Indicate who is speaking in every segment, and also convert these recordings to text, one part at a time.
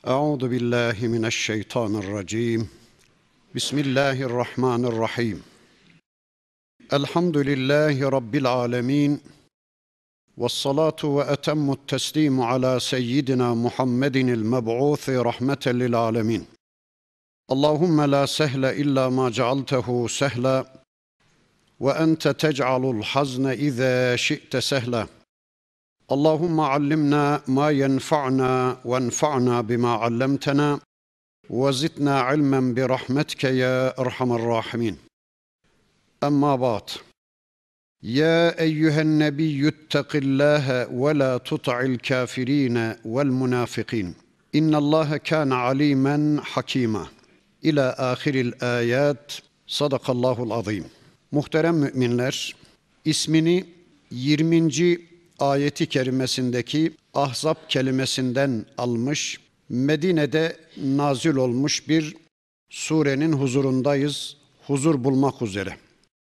Speaker 1: Euzu billahi mineşşeytanirracim. Bismillahirrahmanirrahim. Elhamdülillahi Rabbil alemin. Vessalatu ve etemmut teslimu ala seyyidina Muhammedinil meb'ûthi rahmeten lil alemin. Allahümme la sehle illa ma cealtehu sehla ve ente tec'alul hazne izâ şi'te sehla. Allahümme allimna ma yenfa'na ve enfa'na bima allamtana ve zidna ilmen bi rahmetike ya erhamer rahimin. Amma ba'd. Ya eyyühen nebiyyü ittaqillâhe ve la tuta'il kafirîne vel münâfikîn. İnnallâhe kâne alîmen hakîmâ. İlâ âhiril âyât. Sadakallahul azîm. Muhterem müminler, ismini 20. ayeti kerimesindeki Ahzab kelimesinden almış, Medine'de nazil olmuş bir surenin huzurundayız, huzur bulmak üzere.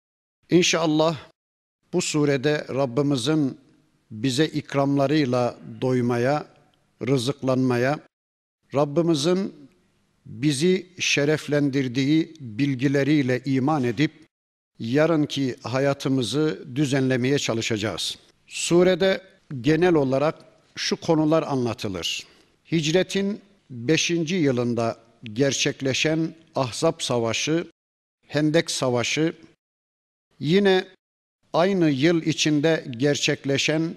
Speaker 1: İnşallah bu surede Rabbimizin bize ikramlarıyla doymaya, rızıklanmaya, Rabbimizin bizi şereflendirdiği bilgileriyle iman edip yarınki hayatımızı düzenlemeye çalışacağız. Surede genel olarak şu konular anlatılır. Hicretin 5. yılında gerçekleşen Ahzab Savaşı, Hendek Savaşı, yine aynı yıl içinde gerçekleşen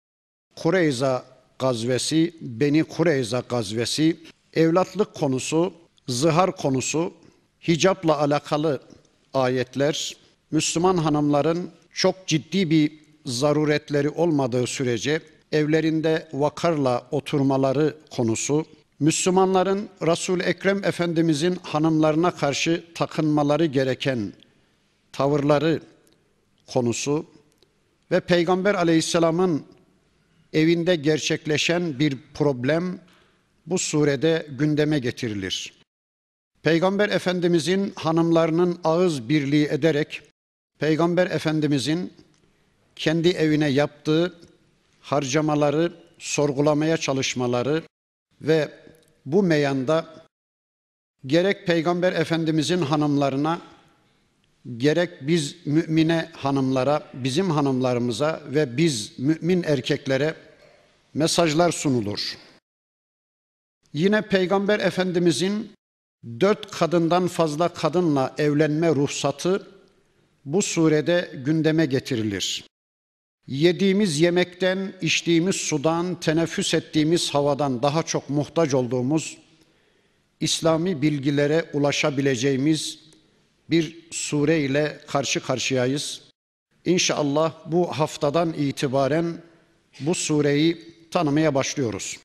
Speaker 1: Kureyza gazvesi, Beni Kureyza gazvesi, evlatlık konusu, zihar konusu, hicapla alakalı ayetler, Müslüman hanımların çok ciddi bir zaruretleri olmadığı sürece evlerinde vakarla oturmaları konusu, Müslümanların Resul-i Ekrem Efendimizin hanımlarına karşı takınmaları gereken tavırları konusu ve Peygamber Aleyhisselam'ın evinde gerçekleşen bir problem bu surede gündeme getirilir. Peygamber Efendimizin hanımlarının ağız birliği ederek Peygamber Efendimizin kendi evine yaptığı harcamaları sorgulamaya çalışmaları ve bu meyanda gerek Peygamber Efendimizin hanımlarına, gerek biz mümine hanımlara, bizim hanımlarımıza ve biz mümin erkeklere mesajlar sunulur. Yine Peygamber Efendimizin 4 kadından fazla kadınla evlenme ruhsatı bu surede gündeme getirilir. Yediğimiz yemekten, içtiğimiz sudan, teneffüs ettiğimiz havadan daha çok muhtaç olduğumuz, İslami bilgilere ulaşabileceğimiz bir sure ile karşı karşıyayız. İnşallah bu haftadan itibaren bu sureyi tanımaya başlıyoruz.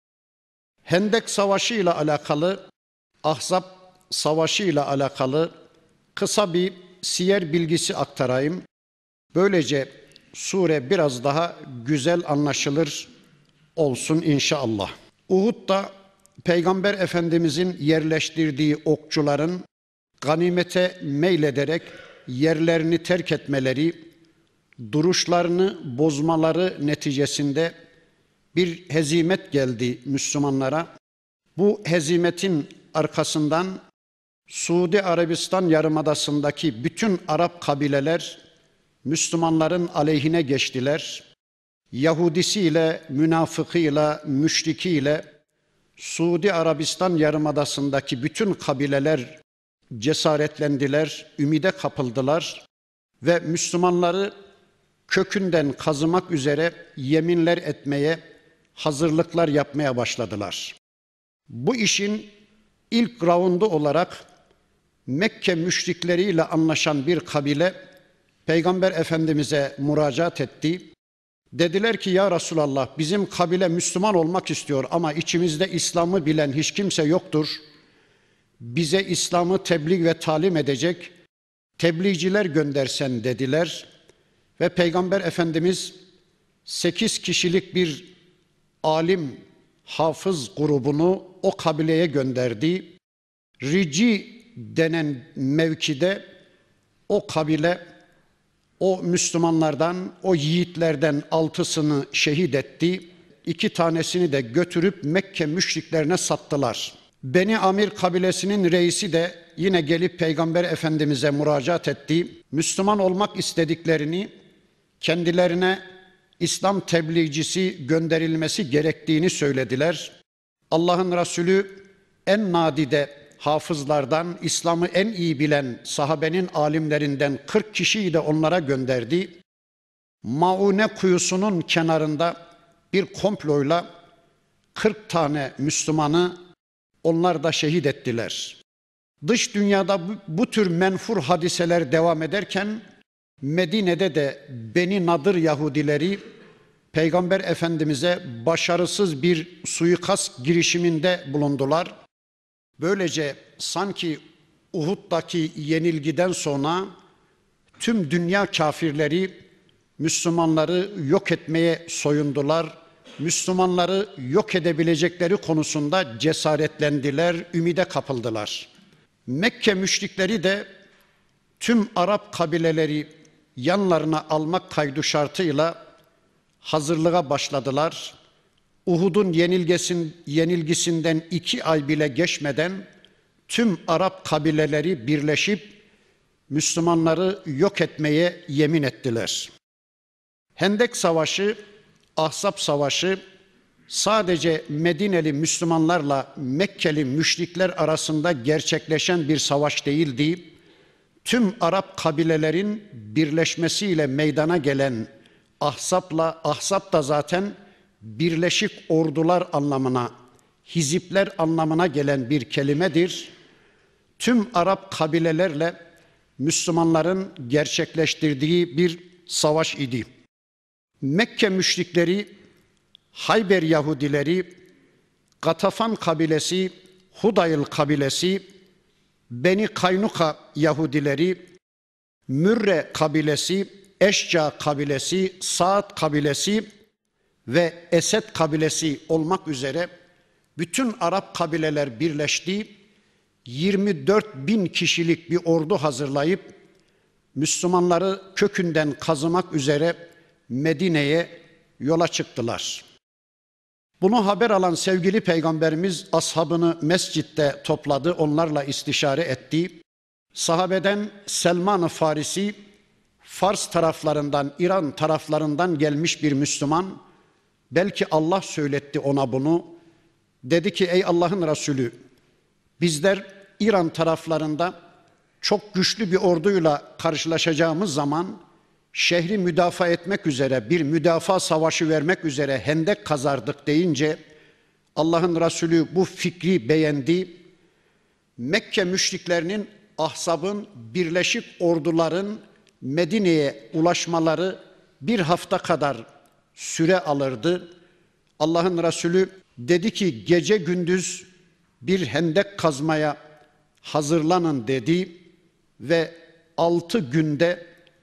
Speaker 1: Hendek Savaşı ile alakalı, Ahzab Savaşı ile alakalı kısa bir siyer bilgisi aktarayım. Böylece sure biraz daha güzel anlaşılır olsun inşallah. Uhud'da Peygamber Efendimizin yerleştirdiği okçuların ganimete meylederek yerlerini terk etmeleri, duruşlarını bozmaları neticesinde bir hezimet geldi Müslümanlara. Bu hezimetin arkasından Suudi Arabistan Yarımadası'ndaki bütün Arap kabileler Müslümanların aleyhine geçtiler. Yahudisiyle, münafıkıyla, müşrikiyle Suudi Arabistan Yarımadası'ndaki bütün kabileler cesaretlendiler, ümide kapıldılar ve Müslümanları kökünden kazımak üzere yeminler etmeye, hazırlıklar yapmaya başladılar. Bu işin ilk raundu olarak Mekke müşrikleriyle anlaşan bir kabile Peygamber Efendimiz'e müracaat etti. Dediler ki ya Resulallah bizim kabile Müslüman olmak istiyor ama içimizde İslam'ı bilen hiç kimse yoktur. Bize İslam'ı tebliğ ve talim edecek tebliğciler göndersen dediler. Ve Peygamber Efendimiz 8 kişilik bir alim, hafız grubunu o kabileye gönderdi. Rici denen mevkide o kabile, o Müslümanlardan, o yiğitlerden 6'sını şehit etti. 2 tanesini de götürüp Mekke müşriklerine sattılar. Beni Amir kabilesinin reisi de yine gelip Peygamber Efendimiz'e müracaat etti. Müslüman olmak istediklerini, kendilerine İslam tebliğcisi gönderilmesi gerektiğini söylediler. Allah'ın Resulü en nadide hafızlardan, İslam'ı en iyi bilen sahabenin alimlerinden 40 kişiyi de onlara gönderdi. Maune kuyusunun kenarında bir komployla 40 tane Müslümanı onlar da şehit ettiler. Dış dünyada bu tür menfur hadiseler devam ederken Medine'de de Beni Nadır Yahudileri Peygamber Efendimiz'e başarısız bir suikast girişiminde bulundular. Böylece sanki Uhud'daki yenilgiden sonra tüm dünya kafirleri Müslümanları yok etmeye soyundular. Müslümanları yok edebilecekleri konusunda cesaretlendiler, ümide kapıldılar. Mekke müşrikleri de tüm Arap kabileleri yanlarına almak kaydı şartıyla hazırlığa başladılar. Uhud'un yenilgisinden 2 ay bile geçmeden tüm Arap kabileleri birleşip Müslümanları yok etmeye yemin ettiler. Hendek Savaşı, Ahzab Savaşı sadece Medineli Müslümanlarla Mekkeli müşrikler arasında gerçekleşen bir savaş değildi. Tüm Arap kabilelerin birleşmesiyle meydana gelen Ahzab da zaten birleşik ordular anlamına, hizipler anlamına gelen bir kelimedir. Tüm Arap kabilelerle Müslümanların gerçekleştirdiği bir savaş idi. Mekke müşrikleri, Hayber Yahudileri, Gatafan kabilesi, Hudayl kabilesi, Beni Kaynuka Yahudileri, Mürre kabilesi, Eşca kabilesi, Saad kabilesi ve Esed kabilesi olmak üzere bütün Arap kabileler birleşti. 24.000 kişilik bir ordu hazırlayıp Müslümanları kökünden kazımak üzere Medine'ye yola çıktılar. Bunu haber alan sevgili Peygamberimiz ashabını mescitte topladı, onlarla istişare etti. Sahabeden Selman-ı Farisi, Fars taraflarından, İran taraflarından gelmiş bir Müslüman, belki Allah söyletti ona bunu. Dedi ki ey Allah'ın Resulü, bizler İran taraflarında çok güçlü bir orduyla karşılaşacağımız zaman şehri müdafaa etmek üzere, bir müdafaa savaşı vermek üzere hendek kazardık deyince Allah'ın Resulü bu fikri beğendi. Mekke müşriklerinin, Ahzab'ın, birleşik orduların Medine'ye ulaşmaları 1 hafta kadar süre alırdı. Allah'ın Resulü dedi ki gece gündüz bir hendek kazmaya hazırlanın dedi ve 6 günde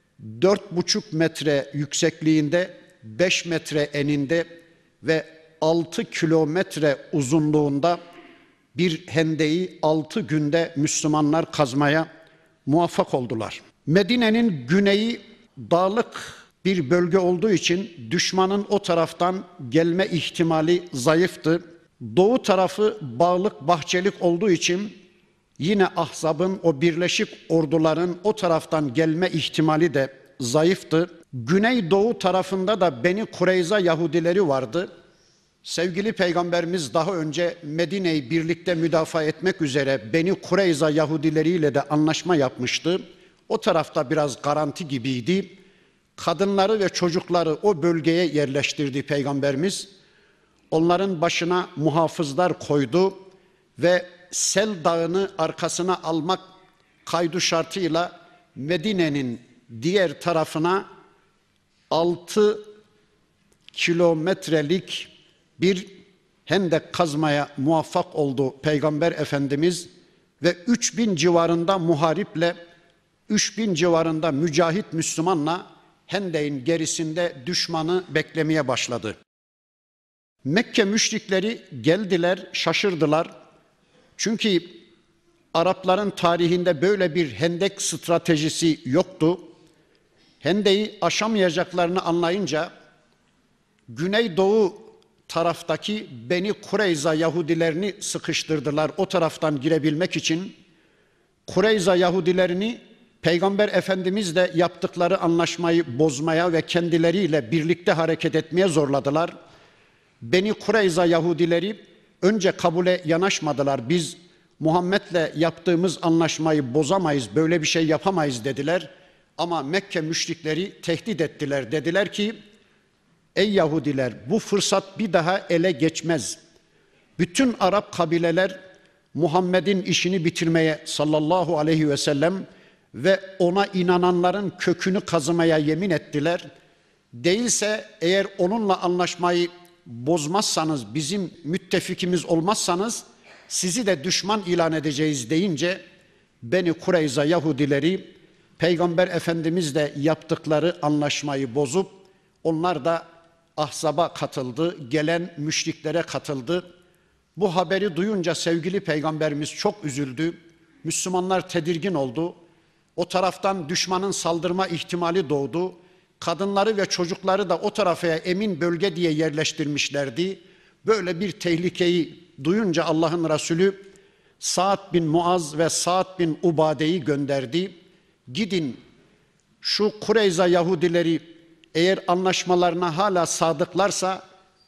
Speaker 1: 4,5 metre yüksekliğinde, 5 metre eninde ve 6 kilometre uzunluğunda bir hendeyi 6 günde Müslümanlar kazmaya muvaffak oldular. Medine'nin güneyi dağlık bir bölge olduğu için düşmanın o taraftan gelme ihtimali zayıftı. Doğu tarafı bağlık, bahçelik olduğu için yine Ahzab'ın, o birleşik orduların o taraftan gelme ihtimali de zayıftı. Güneydoğu tarafında da Beni Kureyza Yahudileri vardı. Sevgili Peygamberimiz daha önce Medine'yi birlikte müdafaa etmek üzere Beni Kureyza Yahudileriyle de anlaşma yapmıştı. O tarafta biraz garanti gibiydi. Kadınları ve çocukları o bölgeye yerleştirdi Peygamberimiz. Onların başına muhafızlar koydu ve Sel Dağı'nı arkasına almak kaydı şartıyla Medine'nin diğer tarafına 6 kilometrelik bir hendek kazmaya muvaffak oldu Peygamber Efendimiz ve 3000 civarında muhariple, 3000 civarında mücahit Müslümanla hendeğin gerisinde düşmanı beklemeye başladı. Mekke müşrikleri geldiler, şaşırdılar. Çünkü Arapların tarihinde böyle bir hendek stratejisi yoktu. Hendeyi aşamayacaklarını anlayınca Güneydoğu taraftaki Beni Kureyza Yahudilerini sıkıştırdılar o taraftan girebilmek için. Kureyza Yahudilerini Peygamber Efendimizle yaptıkları anlaşmayı bozmaya ve kendileriyle birlikte hareket etmeye zorladılar. Beni Kureyza Yahudileri önce kabule yanaşmadılar. Biz Muhammed'le yaptığımız anlaşmayı bozamayız, böyle bir şey yapamayız dediler. Ama Mekke müşrikleri tehdit ettiler. Dediler ki, ey Yahudiler, bu fırsat bir daha ele geçmez. Bütün Arap kabileler Muhammed'in işini bitirmeye sallallahu aleyhi ve sellem ve ona inananların kökünü kazımaya yemin ettiler. Değilse eğer onunla anlaşmayı bozmazsanız, bizim müttefikimiz olmazsanız sizi de düşman ilan edeceğiz deyince Beni Kureyza Yahudileri Peygamber Efendimizle yaptıkları anlaşmayı bozup onlar da Ahzab'a katıldı, gelen müşriklere katıldı. Bu haberi duyunca sevgili Peygamberimiz çok üzüldü. Müslümanlar tedirgin oldu. O taraftan düşmanın saldırma ihtimali doğdu. Kadınları ve çocukları da o tarafa emin bölge diye yerleştirmişlerdi. Böyle bir tehlikeyi duyunca Allah'ın Resulü Sa'd bin Muaz ve Sa'd bin Ubade'yi gönderdi. Gidin şu Kureyza Yahudileri eğer anlaşmalarına hala sadıklarsa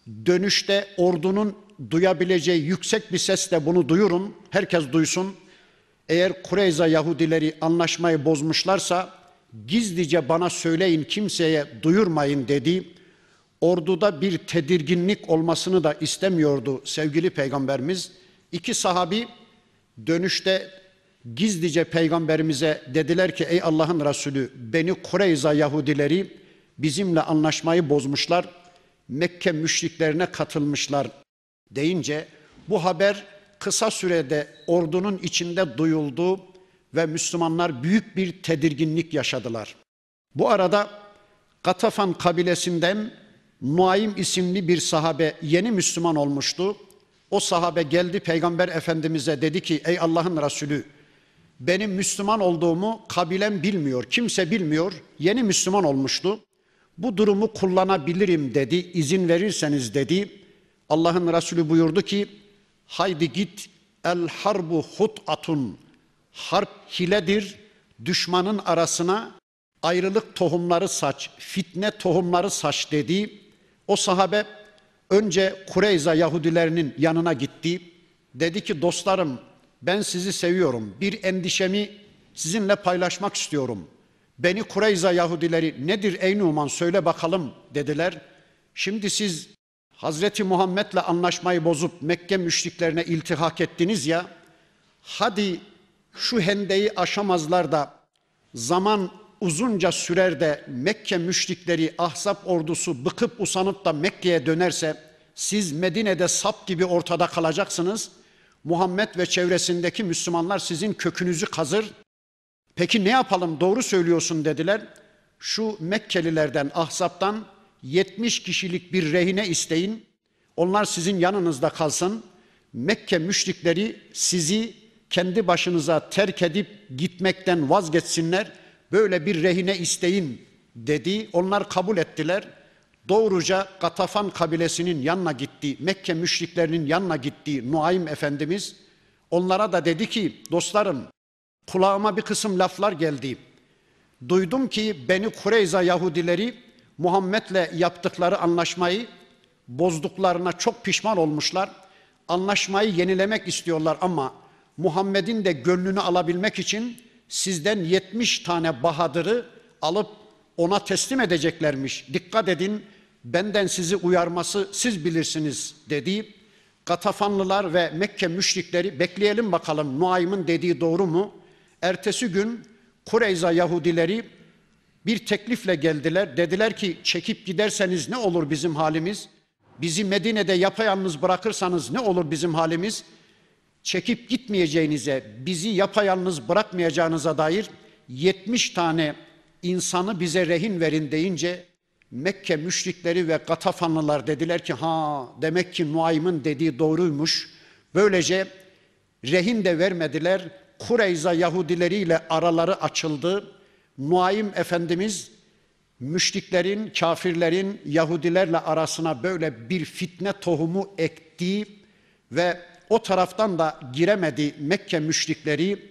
Speaker 1: dönüşte ordunun duyabileceği yüksek bir sesle bunu duyurun. Herkes duysun. Eğer Kureyza Yahudileri anlaşmayı bozmuşlarsa gizlice bana söyleyin, kimseye duyurmayın dedi. Orduda bir tedirginlik olmasını da istemiyordu sevgili Peygamberimiz. İki sahabi dönüşte gizlice Peygamberimize dediler ki, ey Allah'ın Resulü, Beni Kureyza Yahudileri bizimle anlaşmayı bozmuşlar, Mekke müşriklerine katılmışlar deyince bu haber kısa sürede ordunun içinde duyuldu ve Müslümanlar büyük bir tedirginlik yaşadılar. Bu arada Gatafan kabilesinden Nuaym isimli bir sahabe yeni Müslüman olmuştu. O sahabe geldi Peygamber Efendimiz'e dedi ki, ey Allah'ın Resulü, benim Müslüman olduğumu kabilem bilmiyor, kimse bilmiyor, yeni Müslüman olmuştu. Bu durumu kullanabilirim dedi, izin verirseniz dedi. Allah'ın Resulü buyurdu ki, haydi git, el harbu hut'atun, harp hiledir, düşmanın arasına ayrılık tohumları saç, fitne tohumları saç dedi. O sahabe önce Kureyza Yahudilerinin yanına gitti. Dedi ki, dostlarım, ben sizi seviyorum, bir endişemi sizinle paylaşmak istiyorum. Beni Kureyza Yahudileri nedir ey Numan, söyle bakalım dediler. Şimdi siz Hazreti Muhammed'le anlaşmayı bozup Mekke müşriklerine iltihak ettiniz ya, hadi şu hendeyi aşamazlar da zaman uzunca sürer de Mekke müşrikleri, Ahzab ordusu bıkıp usanıp da Mekke'ye dönerse siz Medine'de sap gibi ortada kalacaksınız. Muhammed ve çevresindeki Müslümanlar sizin kökünüzü kazır. Peki ne yapalım, doğru söylüyorsun dediler. Şu Mekkelilerden, Ahzab'tan 70 kişilik bir rehine isteyin. Onlar sizin yanınızda kalsın. Mekke müşrikleri sizi kendi başınıza terk edip gitmekten vazgeçsinler. Böyle bir rehine isteyin dedi. Onlar kabul ettiler. Doğruca Gatafan kabilesinin yanına gitti. Mekke müşriklerinin yanına gitti Nuaym Efendimiz. Onlara da dedi ki, dostlarım, kulağıma bir kısım laflar geldi. Duydum ki Beni Kureyza Yahudileri Muhammed'le yaptıkları anlaşmayı bozduklarına çok pişman olmuşlar. Anlaşmayı yenilemek istiyorlar ama Muhammed'in de gönlünü alabilmek için sizden 70 tane bahadırı alıp ona teslim edeceklermiş. Dikkat edin, benden sizi uyarması siz bilirsiniz dedi. Gatafanlılar ve Mekke müşrikleri bekleyelim bakalım Nuaym'ın dediği doğru mu? Ertesi gün Kureyza Yahudileri bir teklifle geldiler. Dediler ki, çekip giderseniz ne olur bizim halimiz? Bizi Medine'de yapayalnız bırakırsanız ne olur bizim halimiz? Çekip gitmeyeceğinize, bizi yapayalnız bırakmayacağınıza dair 70 tane insanı bize rehin verin deyince Mekke müşrikleri ve Gatafanlılar dediler ki, ha demek ki Nuaym'ın dediği doğruymuş. Böylece rehin de vermediler. Kureyza Yahudileriyle araları açıldı. Nuaym Efendimiz müşriklerin, kafirlerin Yahudilerle arasına böyle bir fitne tohumu ektiği ve o taraftan da giremedi Mekke müşrikleri,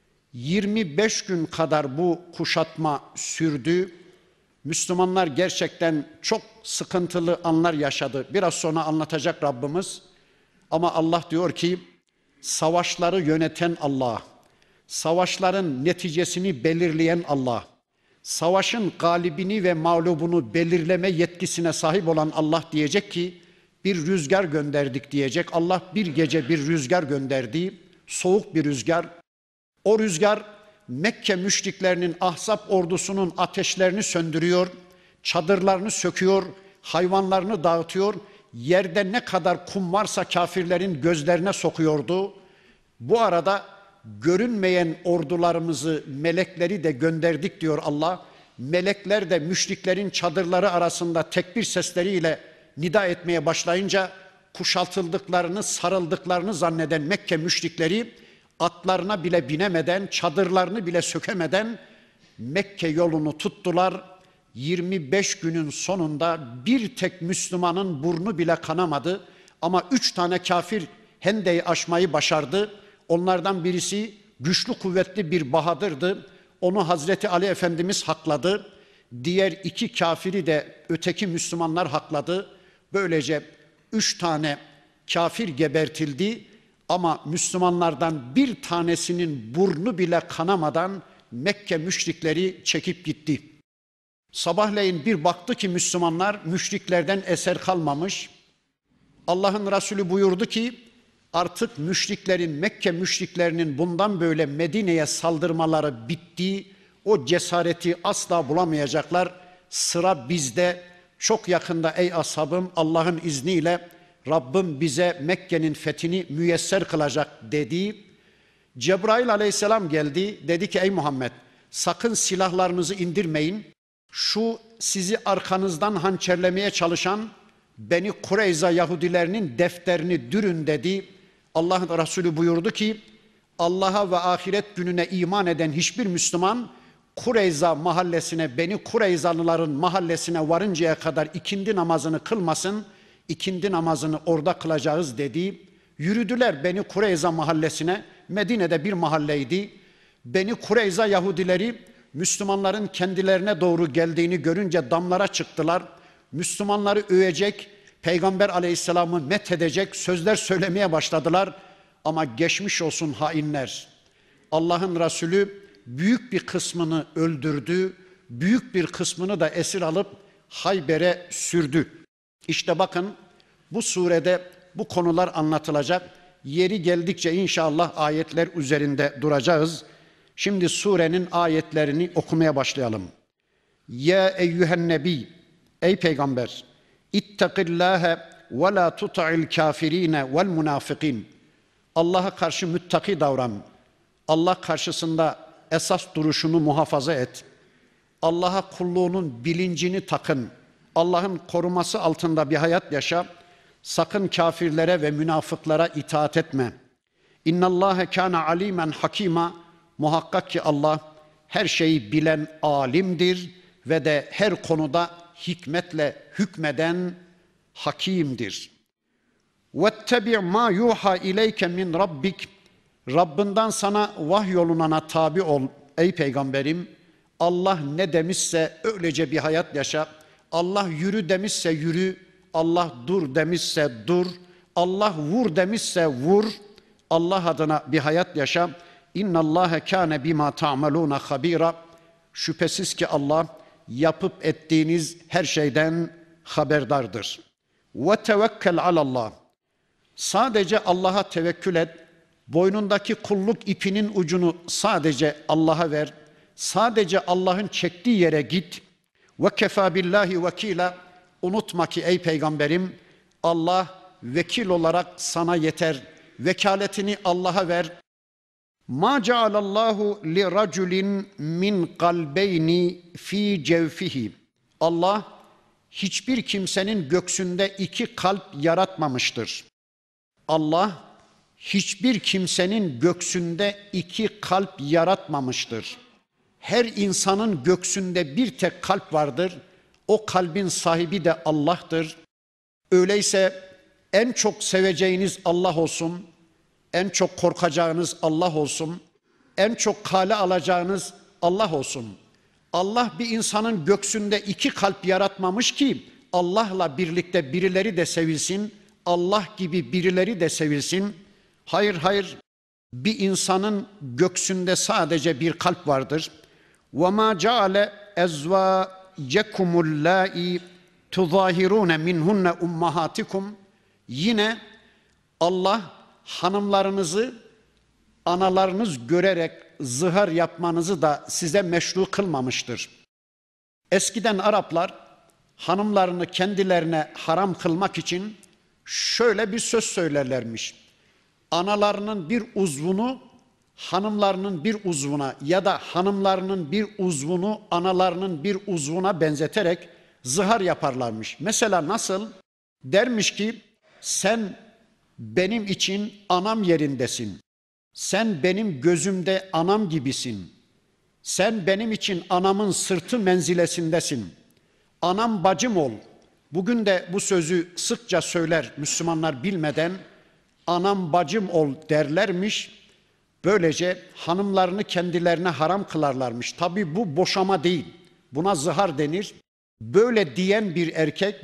Speaker 1: 25 gün kadar bu kuşatma sürdü. Müslümanlar gerçekten çok sıkıntılı anlar yaşadı. Biraz sonra anlatacak Rabbimiz. Ama Allah diyor ki, savaşları yöneten Allah, savaşların neticesini belirleyen Allah, savaşın galibini ve mağlubunu belirleme yetkisine sahip olan Allah diyecek ki, bir rüzgar gönderdik diyecek. Allah bir gece bir rüzgar gönderdi, soğuk bir rüzgar. O rüzgar Mekke müşriklerinin Ahzab ordusunun ateşlerini söndürüyor, çadırlarını söküyor, hayvanlarını dağıtıyor, yerde ne kadar kum varsa kafirlerin gözlerine sokuyordu. Bu arada görünmeyen ordularımızı, melekleri de gönderdik diyor Allah. Melekler de müşriklerin çadırları arasında tekbir sesleriyle nida etmeye başlayınca kuşatıldıklarını, sarıldıklarını zanneden Mekke müşrikleri atlarına bile binemeden, çadırlarını bile sökemeden Mekke yolunu tuttular. 25 günün sonunda bir tek Müslümanın burnu bile kanamadı. Ama 3 tane kafir Hende'yi aşmayı başardı. Onlardan birisi güçlü kuvvetli bir bahadırdı. Onu Hazreti Ali Efendimiz hakladı. Diğer 2 kafiri de öteki Müslümanlar hakladı. Böylece 3 tane kafir gebertildi. Ama Müslümanlardan bir tanesinin burnu bile kanamadan Mekke müşrikleri çekip gitti. Sabahleyin bir baktı ki Müslümanlar, müşriklerden eser kalmamış. Allah'ın Resulü buyurdu ki artık müşriklerin, Mekke müşriklerinin bundan böyle Medine'ye saldırmaları bitti. O cesareti asla bulamayacaklar. Sıra bizde. Çok yakında ey ashabım, Allah'ın izniyle Rabbim bize Mekke'nin fethini müyesser kılacak dedi. Cebrail aleyhisselam geldi. Dedi ki ey Muhammed, sakın silahlarınızı indirmeyin. Şu sizi arkanızdan hançerlemeye çalışan Beni Kureyza Yahudilerinin defterini dürün dedi. Allah'ın Resulü buyurdu ki Allah'a ve ahiret gününe iman eden hiçbir Müslüman Kureyza mahallesine, Beni Kureyzalıların mahallesine varıncaya kadar ikindi namazını kılmasın. İkindi namazını orada kılacağız dedi. Yürüdüler Beni Kureyza mahallesine. Medine'de bir mahalleydi. Beni Kureyza Yahudileri Müslümanların kendilerine doğru geldiğini görünce damlara çıktılar. Müslümanları övecek, Peygamber Aleyhisselam'ı methedecek sözler söylemeye başladılar. Ama geçmiş olsun hainler. Allah'ın Resulü büyük bir kısmını öldürdü, büyük bir kısmını da esir alıp Hayber'e sürdü. İşte bakın bu surede bu konular anlatılacak. Yeri geldikçe inşallah ayetler üzerinde duracağız. Şimdi surenin ayetlerini okumaya başlayalım. Ya eyyühen nebi, ey peygamber, ittakillâhe ve la tuta'il kafirine vel münafıkîn. Allah'a karşı müttaki davran. Allah karşısında esas duruşunu muhafaza et. Allah'a kulluğunun bilincini takın. Allah'ın koruması altında bir hayat yaşa. Sakın kafirlere ve münafıklara itaat etme. İnnallâhe kâne alîmen hakîmâ. Muhakkak ki Allah her şeyi bilen alimdir ve de her konuda hikmetle hükmeden hakimdir. وَاتَّبِعْ مَا يُوحَى اِلَيْكَ مِنْ رَبِّكَ. Rabbinden sana vahyolunana tabi ol ey peygamberim. Allah ne demişse öylece bir hayat yaşa. Allah yürü demişse yürü. Allah dur demişse dur. Allah vur demişse vur. Allah adına bir hayat yaşa. İnna Allahe kâne bima ta'malûne habîra. Şüphesiz ki Allah yapıp ettiğiniz her şeyden haberdardır. Ve tevekkel alallah. Sadece Allah'a tevekkül et. Boynundaki kulluk ipinin ucunu sadece Allah'a ver. Sadece Allah'ın çektiği yere git. Ve kefâ billahi vekîla. Unutma ki ey peygamberim, Allah vekil olarak sana yeter. Vekaletini Allah'a ver. Ma cealallahu li raculin min kalbeyni fi cevfihi. Allah hiçbir kimsenin göksünde 2 kalp yaratmamıştır. Allah hiçbir kimsenin göksünde 2 kalp yaratmamıştır. Her insanın göksünde bir tek kalp vardır. O kalbin sahibi de Allah'tır. Öyleyse en çok seveceğiniz Allah olsun, en çok korkacağınız Allah olsun, en çok kale alacağınız Allah olsun. Allah bir insanın göksünde iki kalp yaratmamış ki Allah'la birlikte birileri de sevilsin, Allah gibi birileri de sevilsin. Hayır, hayır. Bir insanın göksünde sadece bir kalp vardır. وَمَا جَعَلَ اَزْوَاجَكُمُ اللّٰئِ تُظَاهِرُونَ مِنْهُنَّ اُمَّهَاتِكُمْ. Yine Allah hanımlarınızı analarınız görerek zihar yapmanızı da size meşru kılmamıştır. Eskiden Araplar hanımlarını kendilerine haram kılmak için şöyle bir söz söylerlermiş. Analarının bir uzvunu hanımlarının bir uzvuna ya da hanımlarının bir uzvunu analarının bir uzvuna benzeterek zihar yaparlarmış. Mesela nasıl? Dermiş ki sen benim için anam yerindesin. Sen benim gözümde anam gibisin. Sen benim için anamın sırtı menzilesindesin. Anam bacım ol. Bugün de bu sözü sıkça söyler Müslümanlar bilmeden. Anam bacım ol derlermiş. Böylece hanımlarını kendilerine haram kılarlarmış. Tabii bu boşama değil. Buna zihar denir. Böyle diyen bir erkek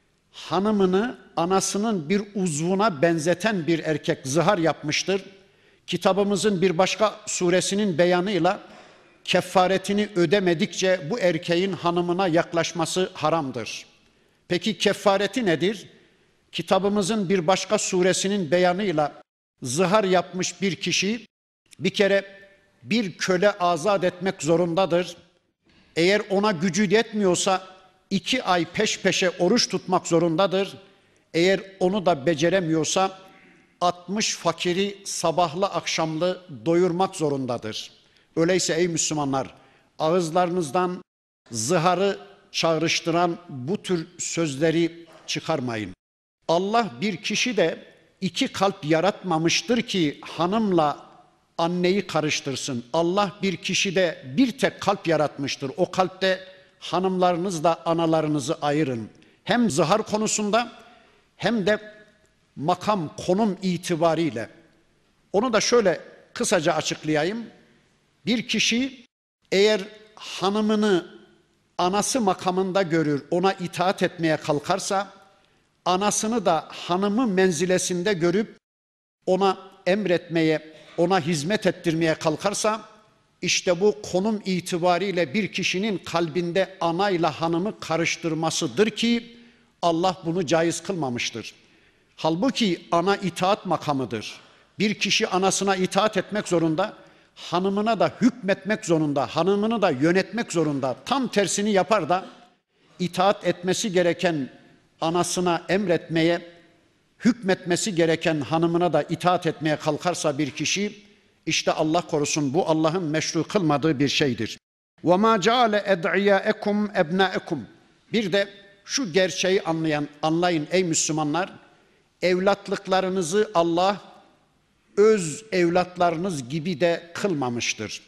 Speaker 1: hanımını anasının bir uzvuna benzeten bir erkek zihar yapmıştır. Kitabımızın bir başka suresinin beyanıyla kefaretini ödemedikçe bu erkeğin hanımına yaklaşması haramdır. Peki kefareti nedir? Kitabımızın bir başka suresinin beyanıyla zihar yapmış bir kişi bir kere bir köle azat etmek zorundadır. Eğer ona gücü yetmiyorsa 2 ay peş peşe oruç tutmak zorundadır. Eğer onu da beceremiyorsa 60 fakiri sabahlı akşamlı doyurmak zorundadır. Öyleyse ey Müslümanlar, ağızlarınızdan ziharı çağrıştıran bu tür sözleri çıkarmayın. Allah bir kişi de 2 kalp yaratmamıştır ki hanımla anneyi karıştırsın. Allah bir kişide bir tek kalp yaratmıştır. O kalpte hanımlarınızla analarınızı ayırın. Hem zihar konusunda hem de makam, konum itibariyle. Onu da şöyle kısaca açıklayayım. Bir kişi eğer hanımını anası makamında görür, ona itaat etmeye kalkarsa, anasını da hanımı menzilesinde görüp ona emretmeye, ona hizmet ettirmeye kalkarsa, işte bu konum itibariyle bir kişinin kalbinde anayla hanımı karıştırmasıdır ki Allah bunu caiz kılmamıştır. Halbuki ana itaat makamıdır. Bir kişi anasına itaat etmek zorunda, hanımına da hükmetmek zorunda, hanımını da yönetmek zorunda. Tam tersini yapar da itaat etmesi gereken anasına emretmeye, hükmetmesi gereken hanımına da itaat etmeye kalkarsa bir kişi, işte Allah korusun bu Allah'ın meşru kılmadığı bir şeydir. وَمَا جَعَلَ اَدْعِيَاءَكُمْ اَبْنَاءَكُمْ. Bir de şu gerçeği anlayın ey Müslümanlar, evlatlıklarınızı Allah öz evlatlarınız gibi de kılmamıştır.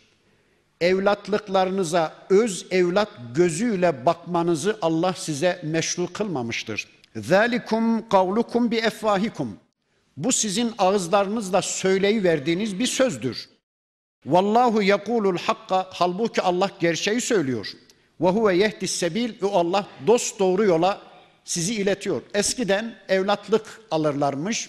Speaker 1: Evlatlıklarınıza öz evlat gözüyle bakmanızı Allah size meşru kılmamıştır. ذَٰلِكُمْ قَوْلُكُمْ بِاَفْوَاهِكُمْ. Bu sizin ağızlarınızla söyleyiverdiğiniz bir sözdür. Vallahu yekulul hakka, halbuki Allah gerçeği söylüyor. Ve huve yehdis sebil, o Allah dost doğru yola sizi iletiyor. Eskiden evlatlık alırlarmış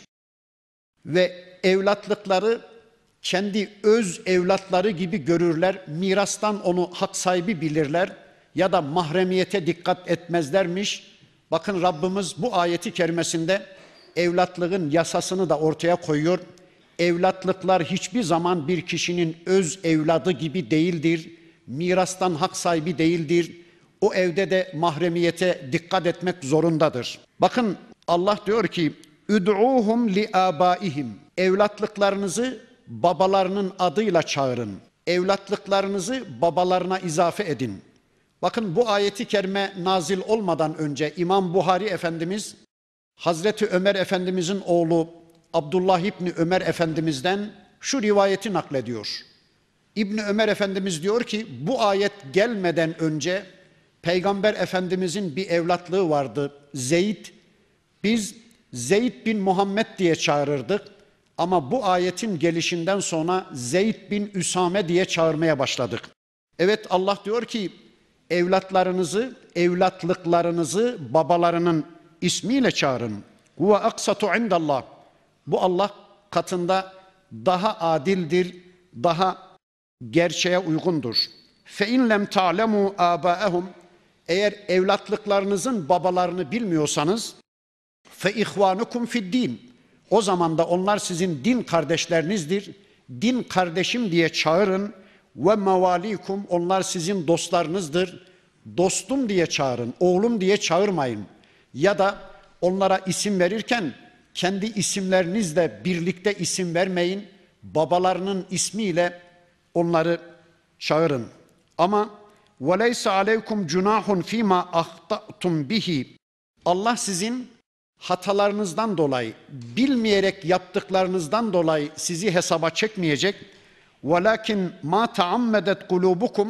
Speaker 1: ve evlatlıkları kendi öz evlatları gibi görürler. Mirastan onu hak sahibi bilirler ya da mahremiyete dikkat etmezlermiş. Bakın Rabbimiz bu ayeti kerimesinde evlatlığın yasasını da ortaya koyuyor. Evlatlıklar hiçbir zaman bir kişinin öz evladı gibi değildir. Mirastan hak sahibi değildir. O evde de mahremiyete dikkat etmek zorundadır. Bakın Allah diyor ki "Üd'uhum li abaihim." Evlatlıklarınızı babalarının adıyla çağırın. Evlatlıklarınızı babalarına izafe edin. Bakın bu ayeti kerime nazil olmadan önce İmam Buhari Efendimiz Hazreti Ömer Efendimizin oğlu Abdullah İbni Ömer Efendimiz'den şu rivayeti naklediyor. İbni Ömer Efendimiz diyor ki bu ayet gelmeden önce Peygamber Efendimizin bir evlatlığı vardı, Zeyd. Biz Zeyd bin Muhammed diye çağırırdık ama bu ayetin gelişinden sonra Zeyd bin Üsame diye çağırmaya başladık. Evet, Allah diyor ki evlatlarınızı, evlatlıklarınızı babalarının ismiyle çağırın. Huve aksatu indallah. Bu Allah katında daha adildir, daha gerçeğe uygundur. Fe in lem ta'lemu abaehum. Eğer evlatlıklarınızın babalarını bilmiyorsanız fe ihvanukum fid din. O zaman da onlar sizin din kardeşlerinizdir. Din kardeşim diye çağırın. Ve mevalikum, onlar sizin dostlarınızdır. Dostum diye çağırın, oğlum diye çağırmayın. Ya da onlara isim verirken kendi isimlerinizle birlikte isim vermeyin. Babalarının ismiyle onları çağırın. Ama وَلَيْسَ عَلَيْكُمْ جُنَاحٌ فِي مَا أَخْطَأْتُمْ بِهِ. Allah sizin hatalarınızdan dolayı, bilmeyerek yaptıklarınızdan dolayı sizi hesaba çekmeyecek. وَلَكِنْ مَا تَعَمَّدَتْ قُلُوبُكُمْ.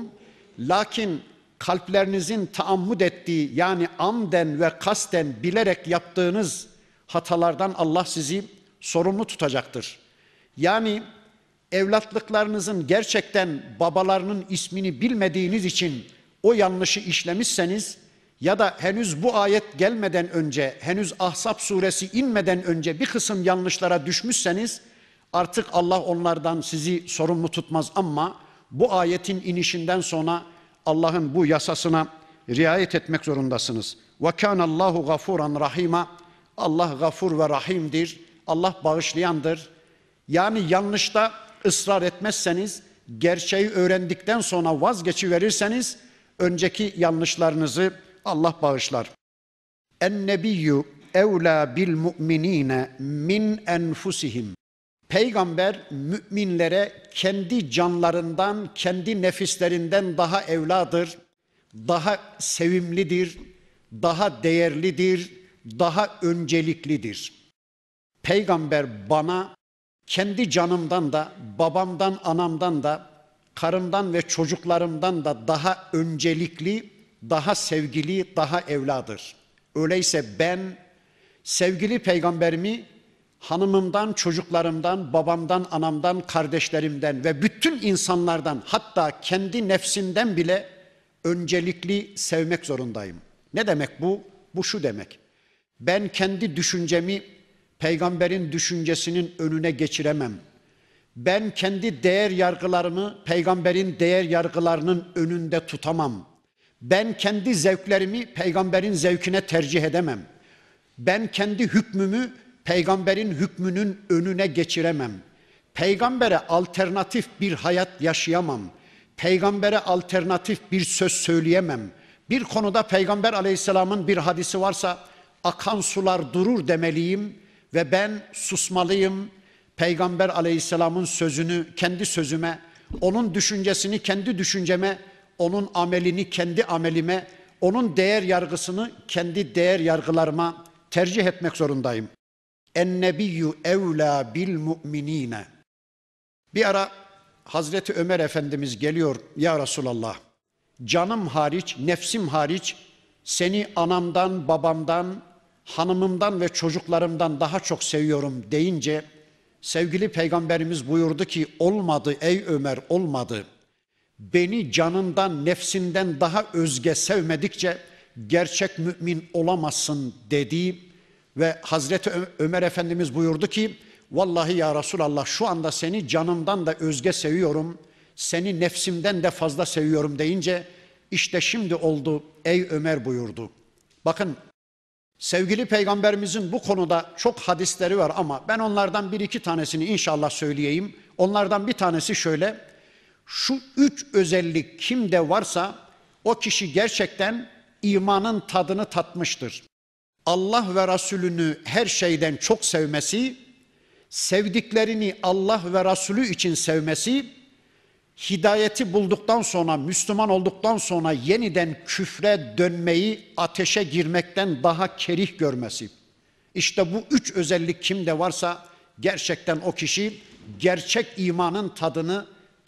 Speaker 1: Lakin kalplerinizin taammud ettiği, yani amden ve kasten bilerek yaptığınız hatalardan Allah sizi sorumlu tutacaktır. Yani evlatlıklarınızın gerçekten babalarının ismini bilmediğiniz için o yanlışı işlemişseniz ya da henüz bu ayet gelmeden önce, henüz Ahzab suresi inmeden önce bir kısım yanlışlara düşmüşseniz artık Allah onlardan sizi sorumlu tutmaz, ama bu ayetin inişinden sonra Allah'ın bu yasasına riayet etmek zorundasınız. وَكَانَ اللّٰهُ غَفُورًا رَحِيمًا. Allah gafur ve rahimdir. Allah bağışlayandır. Yani yanlışta ısrar etmezseniz, gerçeği öğrendikten sonra vazgeçiverirseniz önceki yanlışlarınızı Allah bağışlar. En-nebiyyü evlâ bil mu'minîne min enfusihim. Peygamber müminlere kendi canlarından, kendi nefislerinden daha evladır, daha sevimlidir, daha değerlidir, daha önceliklidir. Peygamber bana kendi canımdan da, babamdan, anamdan da, karımdan ve çocuklarımdan da daha öncelikli, daha sevgili, daha evladır. Öyleyse ben sevgili peygamberimi hanımımdan, çocuklarımdan, babamdan, anamdan, kardeşlerimden ve bütün insanlardan, hatta kendi nefsimden bile öncelikli sevmek zorundayım. Ne demek bu? Bu şu demek: ben kendi düşüncemi peygamberin düşüncesinin önüne geçiremem. Ben kendi değer yargılarımı peygamberin değer yargılarının önünde tutamam. Ben kendi zevklerimi peygamberin zevkine tercih edemem. Ben kendi hükmümü peygamberin hükmünün önüne geçiremem. Peygambere alternatif bir hayat yaşayamam. Peygambere alternatif bir söz söyleyemem. Bir konuda Peygamber Aleyhisselam'ın bir hadisi varsa akan sular durur demeliyim ve ben susmalıyım. Peygamber Aleyhisselam'ın sözünü kendi sözüme, onun düşüncesini kendi düşünceme, onun amelini kendi amelime, onun değer yargısını kendi değer yargılarıma tercih etmek zorundayım. En-nebiyyü evlâ bil mu'minîne. Bir ara Hazreti Ömer Efendimiz geliyor, ya Resulallah, canım hariç, nefsim hariç seni anamdan, babamdan, hanımımdan ve çocuklarımdan daha çok seviyorum deyince sevgili Peygamberimiz buyurdu ki olmadı ey Ömer, olmadı. Beni canından, nefsinden daha özge sevmedikçe gerçek mümin olamazsın dedi ve Hazreti Ömer Efendimiz buyurdu ki vallahi ya Resulallah şu anda seni canımdan da özge seviyorum, seni nefsimden de fazla seviyorum deyince işte şimdi oldu ey Ömer buyurdu. Bakın, sevgili Peygamberimizin bu konuda çok hadisleri var ama ben onlardan bir iki tanesini inşallah söyleyeyim. Onlardan bir tanesi şöyle: şu üç özellik kimde varsa o kişi gerçekten imanın tadını tatmıştır. Allah ve Resulünü her şeyden çok sevmesi, sevdiklerini Allah ve Resulü için sevmesi, hidayeti bulduktan sonra, Müslüman olduktan sonra yeniden küfre dönmeyi, ateşe girmekten daha kerih görmesi. İşte bu üç özellik kimde varsa gerçekten o kişi gerçek imanın tadını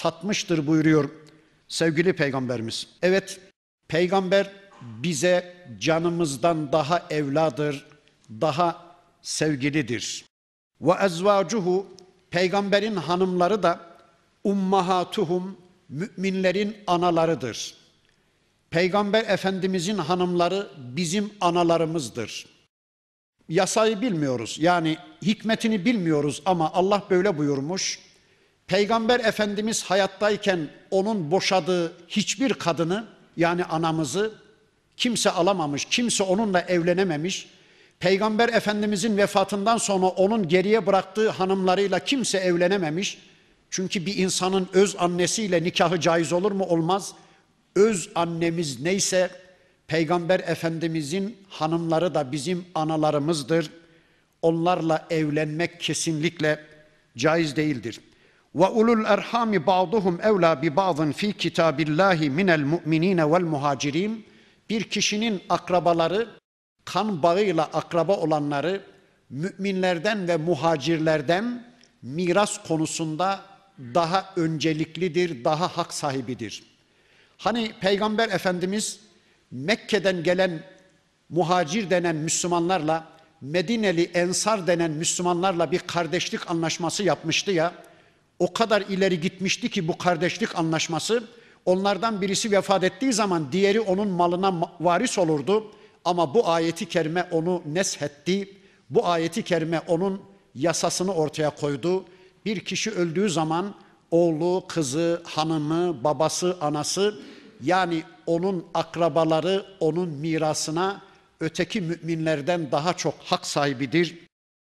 Speaker 1: tatmıştır buyuruyor sevgili Peygamberimiz. Evet, Peygamber bize canımızdan daha evladır, daha sevgilidir. Ve ezvacuhu, Peygamberin hanımları da ummahatuhum, müminlerin analarıdır. Peygamber Efendimizin hanımları bizim analarımızdır. Yasayı bilmiyoruz, yani hikmetini bilmiyoruz ama Allah böyle buyurmuş. Peygamber Efendimiz hayattayken onun boşadığı hiçbir kadını, yani anamızı kimse alamamış, kimse onunla evlenememiş. Peygamber Efendimizin vefatından sonra onun geriye bıraktığı hanımlarıyla kimse evlenememiş. Çünkü bir insanın öz annesiyle nikahı caiz olur mu? Olmaz. Öz annemiz neyse Peygamber Efendimizin hanımları da bizim analarımızdır. Onlarla evlenmek kesinlikle caiz değildir. Ve ulul erhami ba'duhum evla bi ba'dın fi kitabillahi minel mu'minine vel muhacirin. Bir kişinin akrabaları, kan bağıyla akraba olanları müminlerden ve muhacirlerden miras konusunda daha önceliklidir, daha hak sahibidir. Hani Peygamber Efendimiz Mekke'den gelen muhacir denen Müslümanlarla, Medineli Ensar denen Müslümanlarla bir kardeşlik anlaşması yapmıştı ya, o kadar ileri gitmişti ki bu kardeşlik anlaşması, onlardan birisi vefat ettiği zaman diğeri onun malına varis olurdu. Ama bu ayeti kerime onu neshetti, bu ayeti kerime onun yasasını ortaya koydu. Bir kişi öldüğü zaman oğlu, kızı, hanımı, babası, anası, yani onun akrabaları onun mirasına öteki müminlerden daha çok hak sahibidir.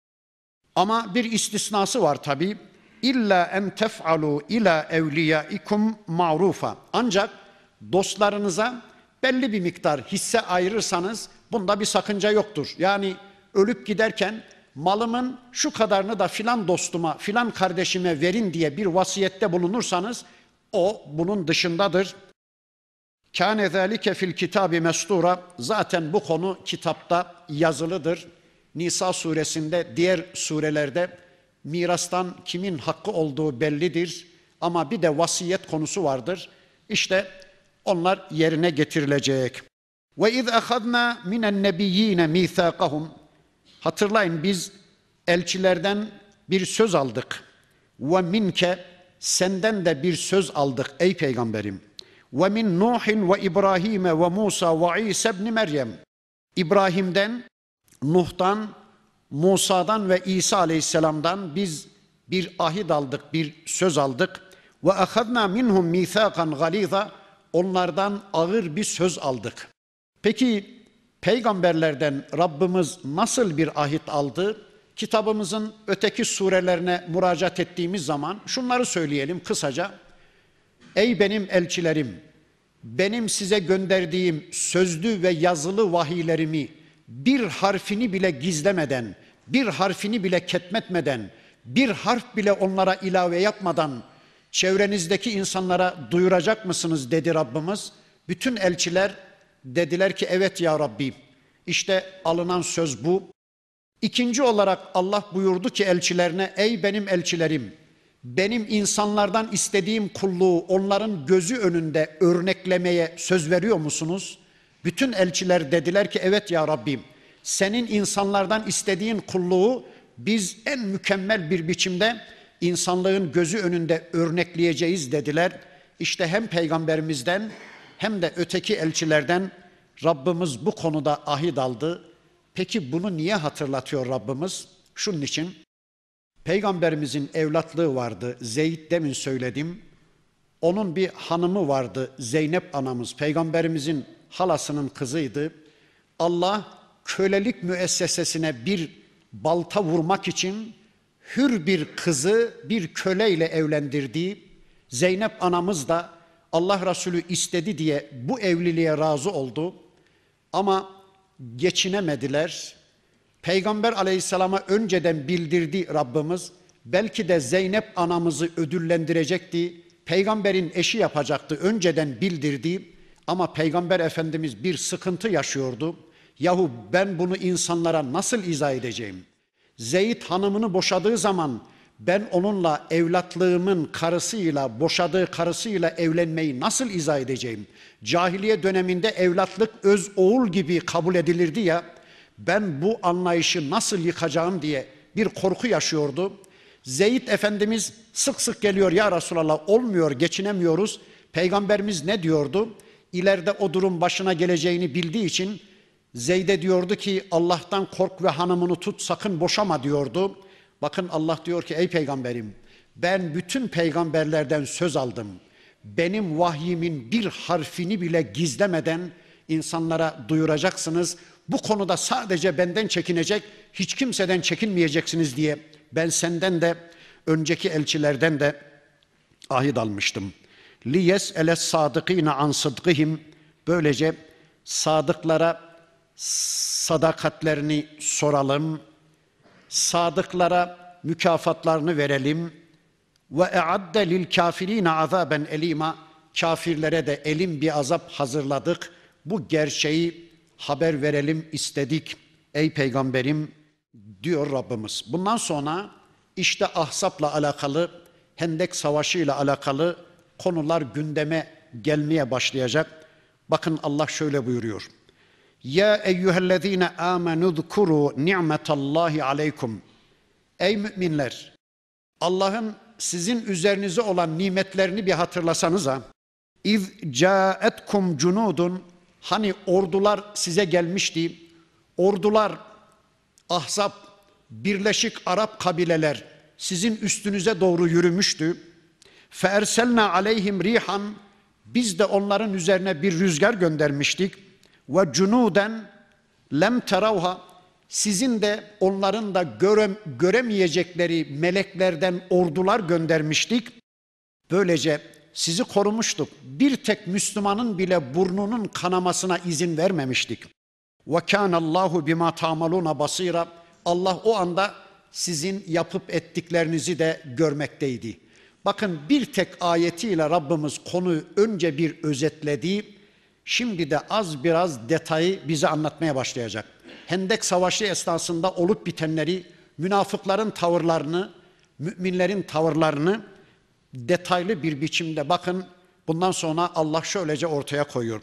Speaker 1: Ama bir istisnası var tabi. İlla en tef'alu ila evliyaikum ma'rufa. Ancak dostlarınıza belli bir miktar hisse ayırırsanız bunda bir sakınca yoktur. Yani ölüp giderken malımın şu kadarını da filan dostuma, filan kardeşime verin diye bir vasiyette bulunursanız o bunun dışındadır. Kâne zâlike fil kitâbi mestura. Zaten bu konu kitapta yazılıdır. Nisa suresinde, diğer surelerde mirastan kimin hakkı olduğu bellidir. Ama bir de vasiyet konusu vardır. İşte onlar yerine getirilecek. Ve iz ahadna minen nebiyyine mithaqahum. Hatırlayın, biz elçilerden bir söz aldık. Ve minke, senden de bir söz aldık ey peygamberim. Ve min Nuhin ve İbrahim ve Musa ve İsa ibn Meryem. İbrahim'den, Nuh'tan, Musa'dan ve İsa aleyhisselamdan biz bir ahit aldık, bir söz aldık. Ve ahadna minhum mithaqan galiza. Onlardan ağır bir söz aldık. Peki peygamberlerden Rabbimiz nasıl bir ahit aldı? Kitabımızın öteki surelerine müracaat ettiğimiz zaman şunları söyleyelim kısaca. Ey benim elçilerim, benim size gönderdiğim sözlü ve yazılı vahiylerimi bir harfini bile gizlemeden, bir harfini bile ketmetmeden, bir harf bile onlara ilave yapmadan çevrenizdeki insanlara duyuracak mısınız dedi Rabbimiz. Bütün elçiler dediler ki evet ya Rabbi. İşte alınan söz bu. İkinci olarak Allah buyurdu ki elçilerine, ey benim elçilerim, benim insanlardan istediğim kulluğu onların gözü önünde örneklemeye söz veriyor musunuz? Bütün elçiler dediler ki evet ya Rabbim, senin insanlardan istediğin kulluğu biz en mükemmel bir biçimde insanlığın gözü önünde örnekleyeceğiz dediler. İşte hem peygamberimizden hem de öteki elçilerden Rabbimiz bu konuda ahit aldı. Peki bunu niye hatırlatıyor Rabbimiz? Şunun için, peygamberimizin evlatlığı vardı, Zeyd demin söyledim. Onun bir hanımı vardı, Zeynep anamız, peygamberimizin halasının kızıydı. Allah kölelik müessesesine bir balta vurmak için hür bir kızı bir köleyle evlendirdi. Zeynep anamız da Allah Resulü istedi diye bu evliliğe razı oldu. Ama geçinemediler. Peygamber aleyhisselama önceden bildirdi Rabbimiz. Belki de Zeynep anamızı ödüllendirecekti. Peygamberin eşi yapacaktı. Önceden bildirdi. Ama Peygamber Efendimiz bir sıkıntı yaşıyordu. Yahu ben bunu insanlara nasıl izah edeceğim? Zeyd hanımını boşadığı zaman ben onunla evlatlığımın karısıyla, boşadığı karısıyla evlenmeyi nasıl izah edeceğim? Cahiliye döneminde evlatlık öz oğul gibi kabul edilirdi ya, ben bu anlayışı nasıl yıkacağım diye bir korku yaşıyordu. Zeyd Efendimiz sık sık geliyor, ya Resulallah olmuyor, geçinemiyoruz. Peygamberimiz ne diyordu? İleride o durum başına geleceğini bildiği için Zeyd'e diyordu ki Allah'tan kork ve hanımını tut, sakın boşama diyordu. Bakın Allah diyor ki ey peygamberim, ben bütün peygamberlerden söz aldım. Benim vahyimin bir harfini bile gizlemeden insanlara duyuracaksınız. Bu konuda sadece benden çekinecek, hiç kimseden çekinmeyeceksiniz diye ben senden de önceki elçilerden de ahit almıştım. لِيَسْأَلَ الصَّادِقِينَ عَنْ صِدْقِهِمْ. Böylece sadıklara sadakatlerini soralım, sadıklara mükafatlarını verelim. Ve e'adde lil kafirine azaben elima. Kafirlere de elim bir azap hazırladık. Bu gerçeği haber verelim istedik ey peygamberim diyor Rabbimiz. Bundan sonra işte Ahzab'la alakalı, Hendek Savaşı ile alakalı konular gündeme gelmeye başlayacak. Bakın Allah şöyle buyuruyor. Ya eyyühellezine amenu zkuru ni'metallahi aleykum. Ey müminler, Allah'ın sizin üzerinize olan nimetlerini bir hatırlasanıza. İz caetkum cunudun, hani ordular size gelmişti. Ordular, Ahzab, Birleşik Arap kabileler sizin üstünüze doğru yürümüştü. Feerselna aleyhim rihan, biz de onların üzerine bir rüzgar göndermiştik. Ve cunuden lem teravha, sizin de onların da göremeyecekleri meleklerden ordular göndermiştik. Böylece sizi korumuştuk. Bir tek Müslümanın bile burnunun kanamasına izin vermemiştik. Ve kânallâhu bimâ ta'malûne basîra. Allah o anda sizin yapıp ettiklerinizi de görmekteydi. Bakın bir tek ayetiyle Rabbimiz konuyu önce bir özetledi. Şimdi de az biraz detayı bize anlatmaya başlayacak. Hendek Savaşı esnasında olup bitenleri, münafıkların tavırlarını, müminlerin tavırlarını detaylı bir biçimde bakın. Bundan sonra Allah şöylece ortaya koyuyor.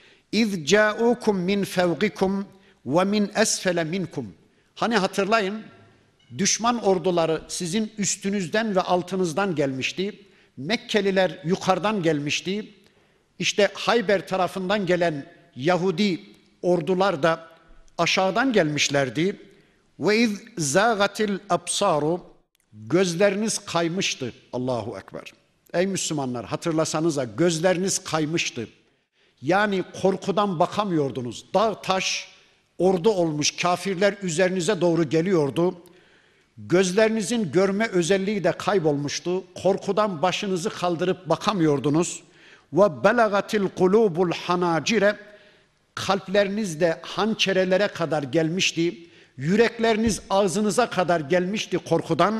Speaker 1: İz ca'ukum min fevgikum ve min esfele minkum. Hani hatırlayın, düşman orduları sizin üstünüzden ve altınızdan gelmişti. Mekkeliler yukarıdan gelmişti. İşte Hayber tarafından gelen Yahudi ordular da aşağıdan gelmişlerdi. Ve iz zâgatil absaru, gözleriniz kaymıştı. Allahu Ekber. Ey Müslümanlar, hatırlasanıza, gözleriniz kaymıştı. Yani korkudan bakamıyordunuz. Dağ taş ordu olmuş, kafirler üzerinize doğru geliyordu. Gözlerinizin görme özelliği de kaybolmuştu. Korkudan başınızı kaldırıp bakamıyordunuz. Ve belagatil kulubul hanacire, kalpleriniz de hançerelere kadar gelmişti. Yürekleriniz ağzınıza kadar gelmişti korkudan.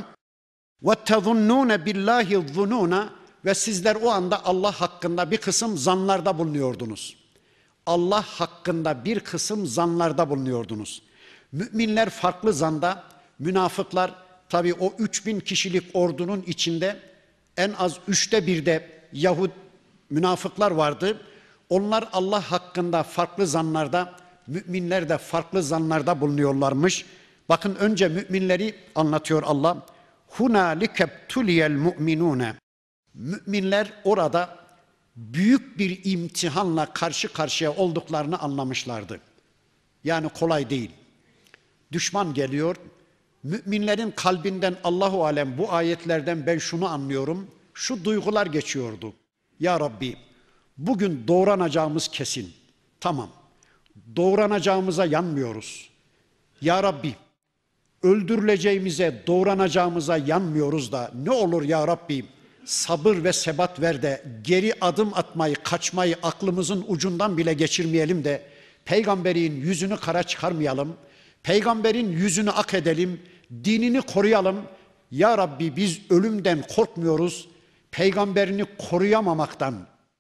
Speaker 1: Ve tezunnune billahi zununa, ve sizler o anda Allah hakkında bir kısım zanlarda bulunuyordunuz. Allah hakkında bir kısım zanlarda bulunuyordunuz. Müminler farklı zanda, münafıklar tabii o 3000 kişilik ordunun içinde en az 1/3 Yahud münafıklar vardı. Onlar Allah hakkında farklı zanlarda, müminler de farklı zanlarda bulunuyorlarmış. Bakın önce müminleri anlatıyor Allah. Hunalike tuliyel mu'minune. Müminler orada büyük bir imtihanla karşı karşıya olduklarını anlamışlardı. Yani kolay değil. Düşman geliyor. Müminlerin kalbinden Allahu alem bu ayetlerden ben şunu anlıyorum. Şu duygular geçiyordu. Ya Rabbi, bugün doğranacağımız kesin. Tamam. Doğranacağımıza yanmıyoruz. Ya Rabbi, öldürüleceğimize, doğranacağımıza yanmıyoruz da ne olur ya Rabbi, sabır ve sebat ver de geri adım atmayı, kaçmayı aklımızın ucundan bile geçirmeyelim de peygamberin yüzünü kara çıkarmayalım. Peygamberin yüzünü ak edelim, dinini koruyalım. Ya Rabbi, biz ölümden korkmuyoruz. Peygamberini koruyamamaktan,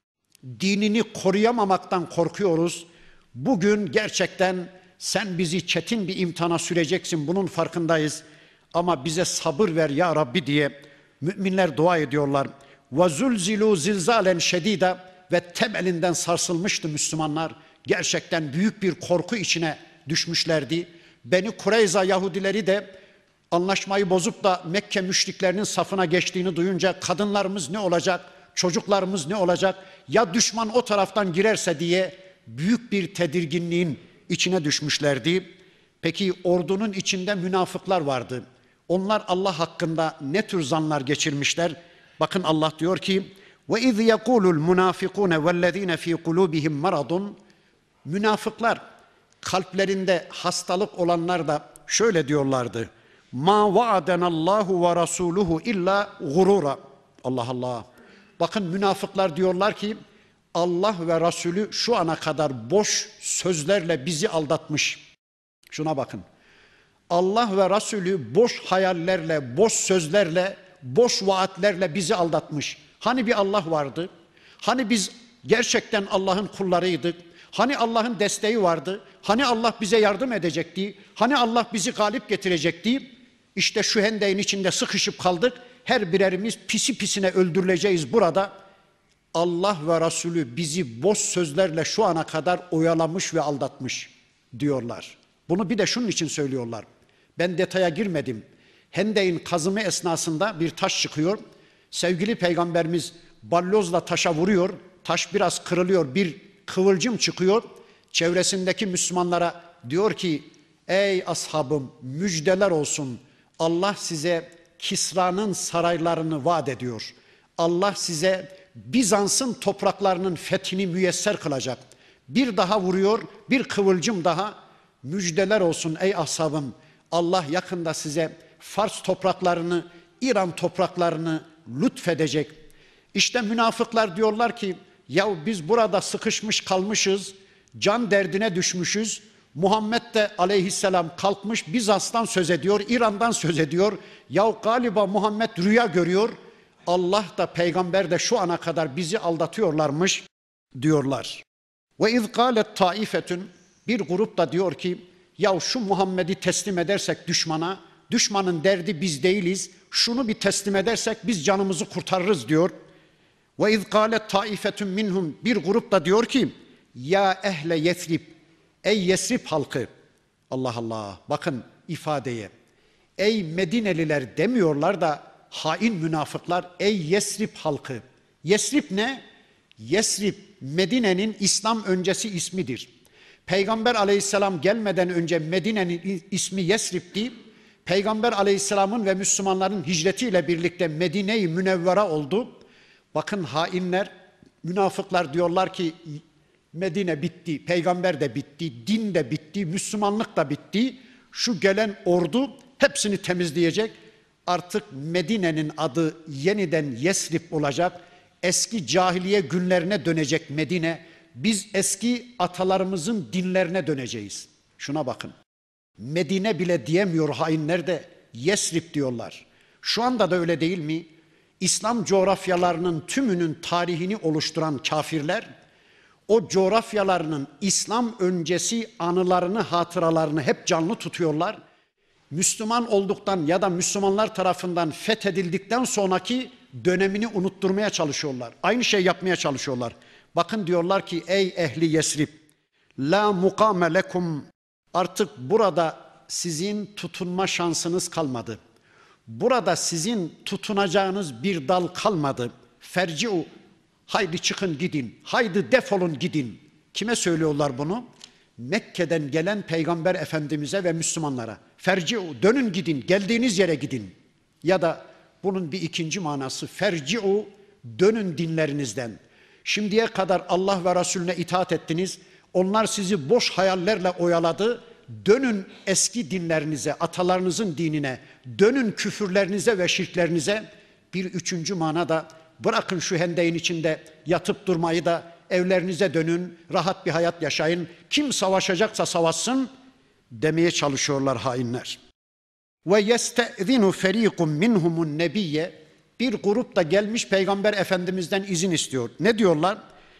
Speaker 1: dinini koruyamamaktan korkuyoruz. Bugün gerçekten sen bizi çetin bir imtihana süreceksin, bunun farkındayız. Ama bize sabır ver ya Rabbi diye müminler dua ediyorlar. وَزُلْزِلُوا زِلْزَالًا شَد۪يدًا Ve temelinden sarsılmıştı Müslümanlar. Gerçekten büyük bir korku içine düşmüşlerdi. Beni Kureyza Yahudileri de anlaşmayı bozup da Mekke müşriklerinin safına geçtiğini duyunca kadınlarımız ne olacak, çocuklarımız ne olacak, ya düşman o taraftan girerse diye büyük bir tedirginliğin içine düşmüşlerdi. Peki ordunun içinde münafıklar vardı. Onlar Allah hakkında ne tür zanlar geçirmişler? Bakın Allah diyor ki وَاِذْ يَقُولُ الْمُنَافِقُونَ وَالَّذ۪ينَ ف۪ي قُلُوبِهِمْ مَرَضٌ Münafıklar, kalplerinde hastalık olanlar da şöyle diyorlardı. مَا وَعَدَنَ اللّٰهُ وَرَسُولُهُ اِلَّا غُرُورًا Allah Allah. Bakın münafıklar diyorlar ki Allah ve Resulü şu ana kadar boş sözlerle bizi aldatmış. Şuna bakın. Allah ve Resulü boş hayallerle, boş sözlerle, boş vaatlerle bizi aldatmış. Hani bir Allah vardı? Hani biz gerçekten Allah'ın kullarıydık? Hani Allah'ın desteği vardı? Hani Allah bize yardım edecekti? Hani Allah bizi galip getirecekti? İşte şu hendeğin içinde sıkışıp kaldık. Her birerimiz pisi pisine öldürüleceğiz burada. Allah ve Resulü bizi boş sözlerle şu ana kadar oyalamış ve aldatmış diyorlar. Bunu bir de şunun için söylüyorlar. Ben detaya girmedim. Hendeğin kazımı esnasında bir taş çıkıyor. Sevgili Peygamberimiz balyozla taşa vuruyor. Taş biraz kırılıyor. Bir kıvılcım çıkıyor. Çevresindeki Müslümanlara diyor ki ey ashabım müjdeler olsun. Allah size Kisra'nın saraylarını vaat ediyor. Allah size Bizans'ın topraklarının fethini müyesser kılacak. Bir daha vuruyor, bir kıvılcım daha. Müjdeler olsun ey ashabım. Allah yakında size Fars topraklarını, İran topraklarını lütfedecek. İşte münafıklar diyorlar ki ya biz burada sıkışmış kalmışız, can derdine düşmüşüz. Muhammed de aleyhisselam kalkmış Bizans'tan söz ediyor, İran'dan söz ediyor. Ya galiba Muhammed rüya görüyor. Allah da peygamber de şu ana kadar bizi aldatıyorlarmış diyorlar. Ve iz kâlet taifetun bir grup da diyor ki ya şu Muhammed'i teslim edersek düşmana, düşmanın derdi biz değiliz. Şunu bir teslim edersek biz canımızı kurtarırız diyor. Ve iz kâlet taifetun minhum bir grup da diyor ki ya ehle Yesrib ey Yesrib halkı. Allah Allah bakın ifadeye. Ey Medineliler demiyorlar da hain münafıklar ey Yesrib halkı. Yesrib ne? Yesrib Medine'nin İslam öncesi ismidir. Peygamber aleyhisselam gelmeden önce Medine'nin ismi Yesrib'di. Peygamber aleyhisselamın ve Müslümanların hicretiyle birlikte Medine-i Münevvera oldu. Bakın hainler, münafıklar diyorlar ki Medine bitti, peygamber de bitti, din de bitti, Müslümanlık da bitti. Şu gelen ordu hepsini temizleyecek. Artık Medine'nin adı yeniden Yesrib olacak. Eski cahiliye günlerine dönecek Medine. Biz eski atalarımızın dinlerine döneceğiz. Şuna bakın. Medine bile diyemiyor hainler de Yesrib diyorlar. Şu anda da öyle değil mi? İslam coğrafyalarının tümünün tarihini oluşturan kafirler, o coğrafyalarının İslam öncesi anılarını, hatıralarını hep canlı tutuyorlar. Müslüman olduktan ya da Müslümanlar tarafından fethedildikten sonraki dönemini unutturmaya çalışıyorlar. Aynı şey yapmaya çalışıyorlar. Bakın diyorlar ki ey ehli Yesrib, la mukame lekum, artık burada sizin tutunma şansınız kalmadı. Burada sizin tutunacağınız bir dal kalmadı. Ferci'u, haydi çıkın gidin, haydi defolun gidin. Kime söylüyorlar bunu? Mekke'den gelen Peygamber Efendimiz'e ve Müslümanlara. Ferci'u, dönün gidin, geldiğiniz yere gidin. Ya da bunun bir ikinci manası ferci'u, dönün dinlerinizden. Şimdiye kadar Allah ve Resulüne itaat ettiniz. Onlar sizi boş hayallerle oyaladı. Dönün eski dinlerinize, atalarınızın dinine, dönün küfürlerinize ve şirklerinize. Bir üçüncü mana da bırakın şu hendeğin içinde yatıp durmayı da evlerinize dönün, rahat bir hayat yaşayın. Kim savaşacaksa savaşsın demeye çalışıyorlar hainler. Ve yeste'zinu feriqun minhumun nebiyye, bir grup da gelmiş Peygamber Efendimiz'den izin istiyor. Ne diyorlar?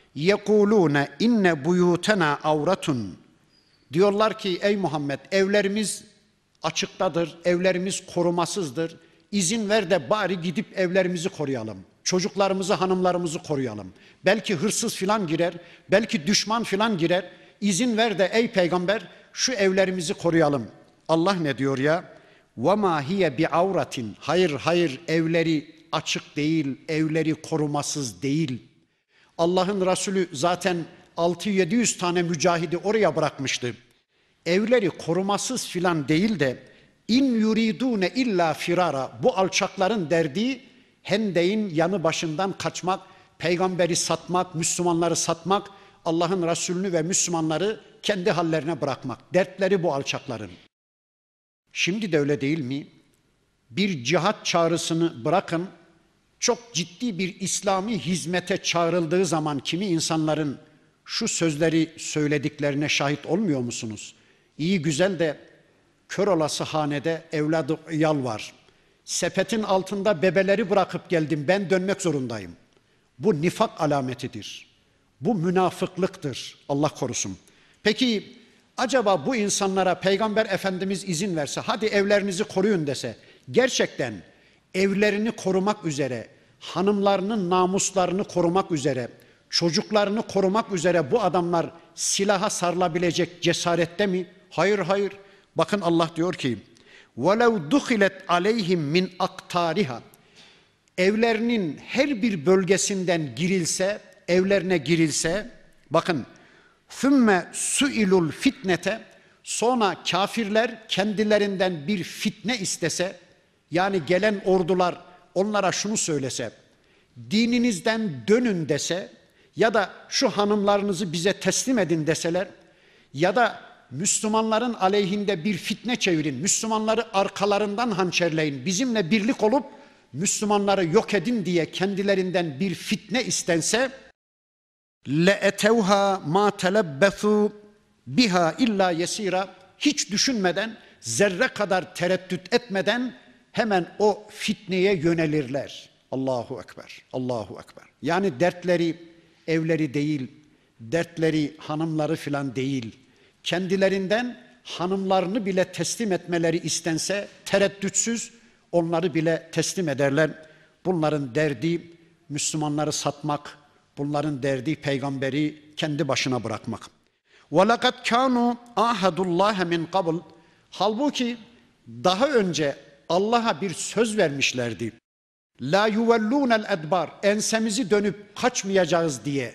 Speaker 1: Yekulune inne buyutena avratun. Diyorlar ki ey Muhammed evlerimiz açıktadır, evlerimiz korumasızdır. İzin ver de bari gidip evlerimizi koruyalım. Çocuklarımızı, hanımlarımızı koruyalım. Belki hırsız filan girer, belki düşman filan girer. İzin ver de ey peygamber şu evlerimizi koruyalım. Allah ne diyor ya? وَمَا هِيَ بِعَوْرَةٍ Hayır, evleri açık değil, evleri korumasız değil. Allah'ın Resulü zaten 600-700 tane mücahidi oraya bırakmıştı. Evleri korumasız filan değil de in yuridune illa firara. Bu alçakların derdi Hendek'in yanı başından kaçmak, peygamberi satmak, Müslümanları satmak, Allah'ın Resulünü ve Müslümanları kendi hallerine bırakmak. Dertleri bu alçakların. Şimdi de öyle değil mi? Bir cihat çağrısını bırakın, çok ciddi bir İslami hizmete çağrıldığı zaman kimi insanların şu sözleri söylediklerine şahit olmuyor musunuz? İyi güzel de kör olası hanede evladı yal var. Sepetin altında bebeleri bırakıp geldim, ben dönmek zorundayım. Bu nifak alametidir. Bu münafıklıktır. Allah korusun. Peki acaba bu insanlara Peygamber Efendimiz izin verse, hadi evlerinizi koruyun dese, gerçekten evlerini korumak üzere, hanımlarının namuslarını korumak üzere, çocuklarını korumak üzere bu adamlar silaha sarılabilecek cesarette mi? Hayır. Bakın Allah diyor ki وَلَوْ دُخِلَتْ عَلَيْهِمْ مِنْ اَقْتَارِهَا Evlerinin her bir bölgesinden girilse, evlerine girilse, bakın ثُمَّ سُئِلُوا الْفِتْنَةَ Sonra kafirler kendilerinden bir fitne istese, yani gelen ordular onlara şunu söylese, dininizden dönün dese ya da şu hanımlarınızı bize teslim edin deseler ya da Müslümanların aleyhinde bir fitne çevirin, Müslümanları arkalarından hançerleyin, bizimle birlik olup Müslümanları yok edin diye kendilerinden bir fitne istense لَاَتَوْهَا مَا تَلَبَّثُوا biha illa yesira, hiç düşünmeden, zerre kadar tereddüt etmeden hemen o fitneye yönelirler. Allahu Ekber, Allahu Ekber. Yani dertleri evleri değil, dertleri hanımları filan değil. Kendilerinden hanımlarını bile teslim etmeleri istense tereddütsüz onları bile teslim ederler. Bunların derdi Müslümanları satmak, bunların derdi peygamberi kendi başına bırakmak. وَلَقَدْ كَانُوا عَهَدُ اللّٰهَ مِنْ قَبْلِ Halbuki daha önce Allah'a bir söz vermişlerdi. لَا يُوَلُّونَ الْاَدْبَارِ Ensemizi dönüp kaçmayacağız diye.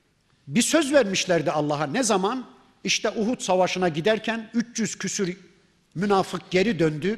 Speaker 1: Bir söz vermişlerdi Allah'a. Ne zaman? İşte Uhud Savaşı'na giderken 300 küsür münafık geri döndü.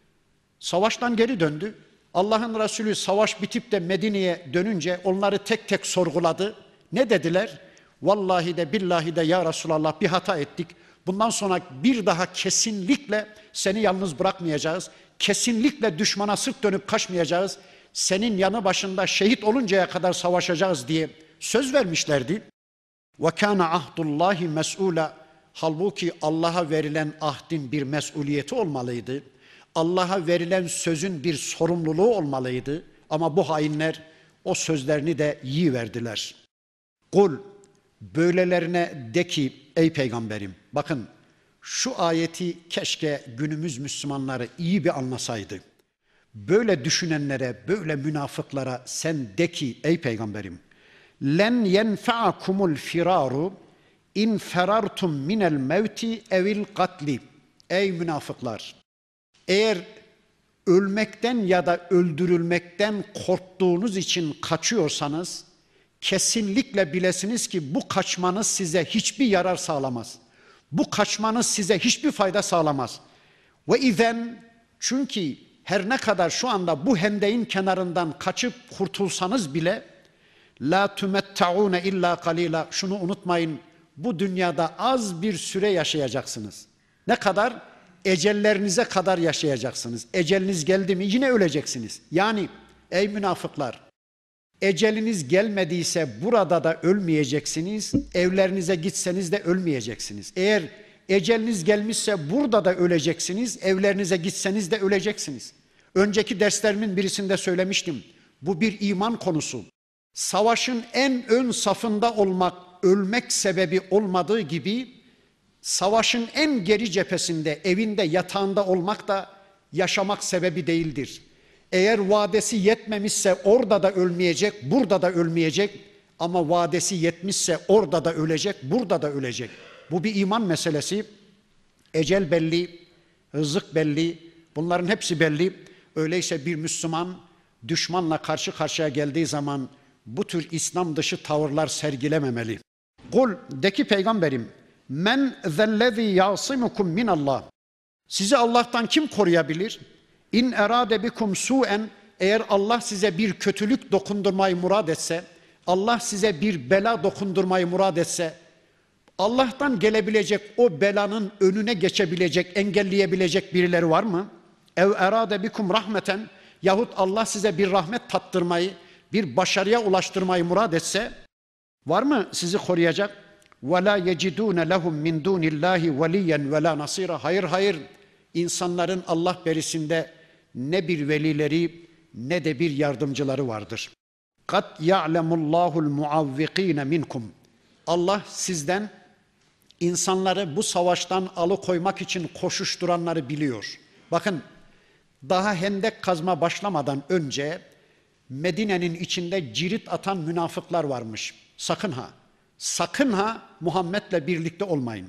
Speaker 1: Savaştan geri döndü. Allah'ın Resulü savaş bitip de Medine'ye dönünce onları tek tek sorguladı. Ne dediler? Vallahi de billahi de ya Resulallah bir hata ettik. Bundan sonra bir daha kesinlikle seni yalnız bırakmayacağız. Kesinlikle düşmana sırt dönüp kaçmayacağız. Senin yanı başında şehit oluncaya kadar savaşacağız diye söz vermişlerdi. وَكَانَ عَهْدُ اللّٰهِ مَسْئُولًا Halbuki Allah'a verilen ahdin bir mesuliyeti olmalıydı. Allah'a verilen sözün bir sorumluluğu olmalıydı. Ama bu hainler o sözlerini de yiyiverdiler. Kul böylelerine de ki ey peygamberim, bakın şu ayeti keşke günümüz Müslümanları iyi bir anlasaydı. Böyle düşünenlere, böyle münafıklara sen de ki ey peygamberim, len yenfa'akumul firaru in ferartum minel mevti evil katli. Ey münafıklar, eğer ölmekten ya da öldürülmekten korktuğunuz için kaçıyorsanız kesinlikle bilesiniz ki bu kaçmanız size hiçbir yarar sağlamaz. Bu kaçmanız size hiçbir fayda sağlamaz. Ve izen, çünkü her ne kadar şu anda bu hendeğin kenarından kaçıp kurtulsanız bile la tumetta'une illa kalila, şunu unutmayın, bu dünyada az bir süre yaşayacaksınız. Ne kadar? Ecellerinize kadar yaşayacaksınız. Eceliniz geldi mi yine öleceksiniz. Yani ey münafıklar, eceliniz gelmediyse burada da ölmeyeceksiniz, evlerinize gitseniz de ölmeyeceksiniz. Eğer eceliniz gelmişse burada da öleceksiniz, evlerinize gitseniz de öleceksiniz. Önceki derslerimin birisinde söylemiştim. Bu bir iman konusu. Savaşın en ön safında olmak, ölmek sebebi olmadığı gibi Savaşın en geri cephesinde, evinde, yatağında olmak da yaşamak sebebi değildir. Eğer vadesi yetmemişse orada da ölmeyecek, burada da ölmeyecek. Ama vadesi yetmişse orada da ölecek, burada da ölecek. Bu bir iman meselesi. Ecel belli, rızık belli, bunların hepsi belli. Öyleyse bir Müslüman düşmanla karşı karşıya geldiği zaman bu tür İslam dışı tavırlar sergilememeli. Kul, de ki peygamberim, men zellezî yâsimukum minallah. Sizi Allah'tan kim koruyabilir? İn erâde bikum su'en, eğer Allah size bir kötülük dokundurmayı murad etse, Allah size bir bela dokundurmayı murad etse, Allah'tan gelebilecek o belanın önüne geçebilecek, engelleyebilecek birileri var mı? Ev erâde bikum rahmeten, yahut Allah size bir rahmet tattırmayı, bir başarıya ulaştırmayı murad etse, var mı sizi koruyacak? وَلَا يَجِدُونَ لَهُمْ مِنْ دُونِ اللّٰهِ وَلِيًّا وَلَا نَصِيرًا. Hayır, hayır, insanların Allah berisinde ne bir velileri ne de bir yardımcıları vardır. قَدْ يَعْلَمُ اللّٰهُ الْمُعَوِّقِينَ مِنْكُمْ. Allah sizden insanları bu savaştan alıkoymak için koşuşturanları biliyor. Bakın, daha hendek kazma başlamadan önce Medine'nin içinde cirit atan münafıklar varmış. Sakın ha, sakın ha Muhammed'le birlikte olmayın.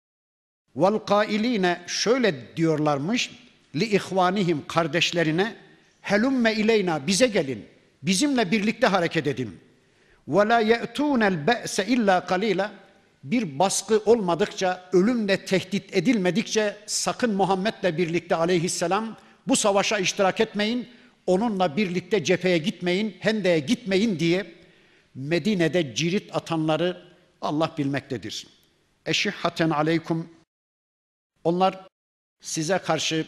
Speaker 1: وَالْقَائِل۪ينَ şöyle diyorlarmış, لِإِخْوَانِهِمْ kardeşlerine, helümme ileyna, bize gelin, bizimle birlikte hareket edin. وَلَا يَأْتُونَ الْبَأْسَ اِلَّا قَلِيلًا. Bir baskı olmadıkça, ölümle tehdit edilmedikçe sakın Muhammed'le birlikte aleyhisselam bu savaşa iştirak etmeyin, onunla birlikte cepheye gitmeyin, Hendek'e gitmeyin diye Medine'de cirit atanları Allah bilmektedir. Eşihhaten aleykum. Onlar size karşı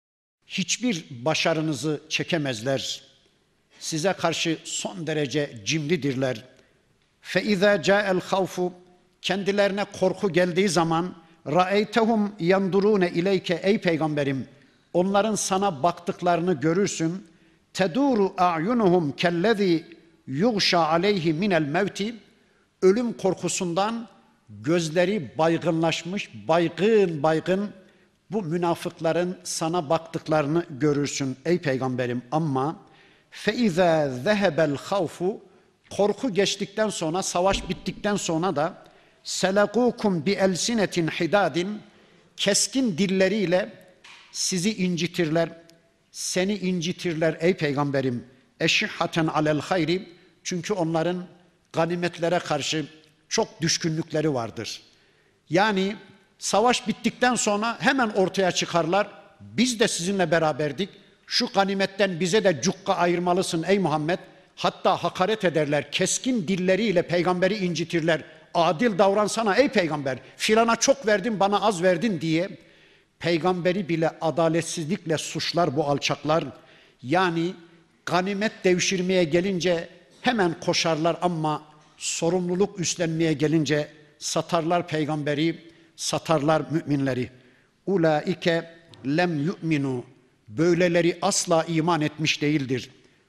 Speaker 1: hiçbir başarınızı çekemezler. Size karşı son derece cimridirler. فَاِذَا جَاءَ الْخَوْفُ. Kendilerine korku geldiği zaman رَأَيْتَهُمْ يَنْدُرُونَ اِلَيْكَ. Ey peygamberim, onların sana baktıklarını görürsün. تَدُورُ اَعْيُنُهُمْ كَالَّذ۪ي يُغْشَى عَلَيْهِ مِنَ الْمَوْتِ. Ölüm korkusundan gözleri baygınlaşmış, baygın baygın bu münafıkların sana baktıklarını görürsün ey peygamberim. Ama فَاِذَا ذَهَبَ الْخَوْفُ. Korku geçtikten sonra, savaş bittikten sonra da سَلَقُوكُمْ بِأَلْسِنَةٍ حِدَادٍ. Keskin dilleriyle sizi incitirler, seni incitirler ey peygamberim. Eşihhaten alel hayri. Çünkü onların ganimetlere karşı çok düşkünlükleri vardır. Yani savaş bittikten sonra hemen ortaya çıkarlar. Biz de sizinle beraberdik. Şu ganimetten bize de cukka ayırmalısın ey Muhammed. Hatta hakaret ederler. Keskin dilleriyle peygamberi incitirler. Adil davransana ey peygamber. Filana çok verdin, bana az verdin diye peygamberi bile adaletsizlikle suçlar bu alçaklar. Yani ganimet devşirmeye gelince hemen koşarlar ama sorumluluk üstlenmeye gelince satarlar peygamberi, satarlar müminleri. Ulaike lem yu'minu. Böyleleri asla iman etmiş değildir.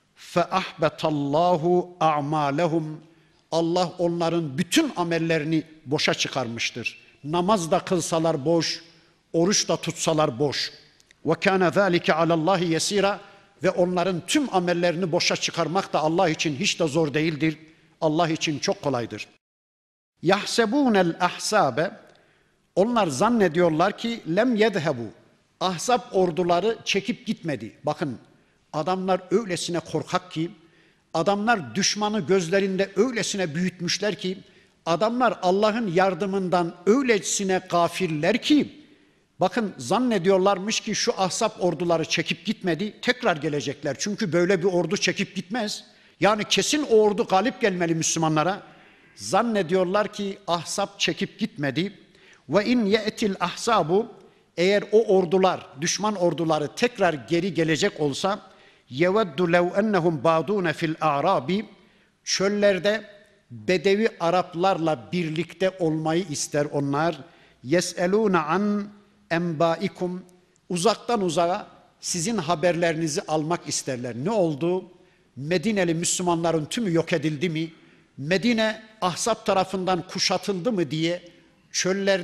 Speaker 1: فَأَحْبَتَ أَعْمَالَهُمْ. Allah onların bütün amellerini boşa çıkarmıştır. Namaz da kılsalar boş, oruç da tutsalar boş. وَكَانَ ذَٰلِكَ عَلَى اللّٰهِ يَس۪يرًا. Ve onların tüm amellerini boşa çıkarmak da Allah için hiç de zor değildir. Allah için çok kolaydır. يَحْسَبُونَ الْأَحْسَابَ. Onlar zannediyorlar ki lem yedhebu. Ahzab orduları çekip gitmedi. Bakın, adamlar öylesine korkak ki, adamlar düşmanı gözlerinde öylesine büyütmüşler ki, adamlar Allah'ın yardımından öylesine gafiller ki, bakın zannediyorlarmış ki şu Ahzab orduları çekip gitmedi, tekrar gelecekler. Çünkü böyle bir ordu çekip gitmez. Yani kesin o ordu galip gelmeli Müslümanlara. Zannediyorlar ki Ahzab çekip gitmedi. Ve in ye'til ahzabu. Eğer o ordular, düşman orduları tekrar geri gelecek olsa, yeveddu lev ennehum ba'dune fil a'rabi. Çöllerde Bedevi Araplarla birlikte olmayı ister onlar. Yes'elûne an enbâikum. Uzaktan uzağa sizin haberlerinizi almak isterler. Ne oldu? Medineli Müslümanların tümü yok edildi mi? Medine Ahzab tarafından kuşatıldı mı diye çöllerde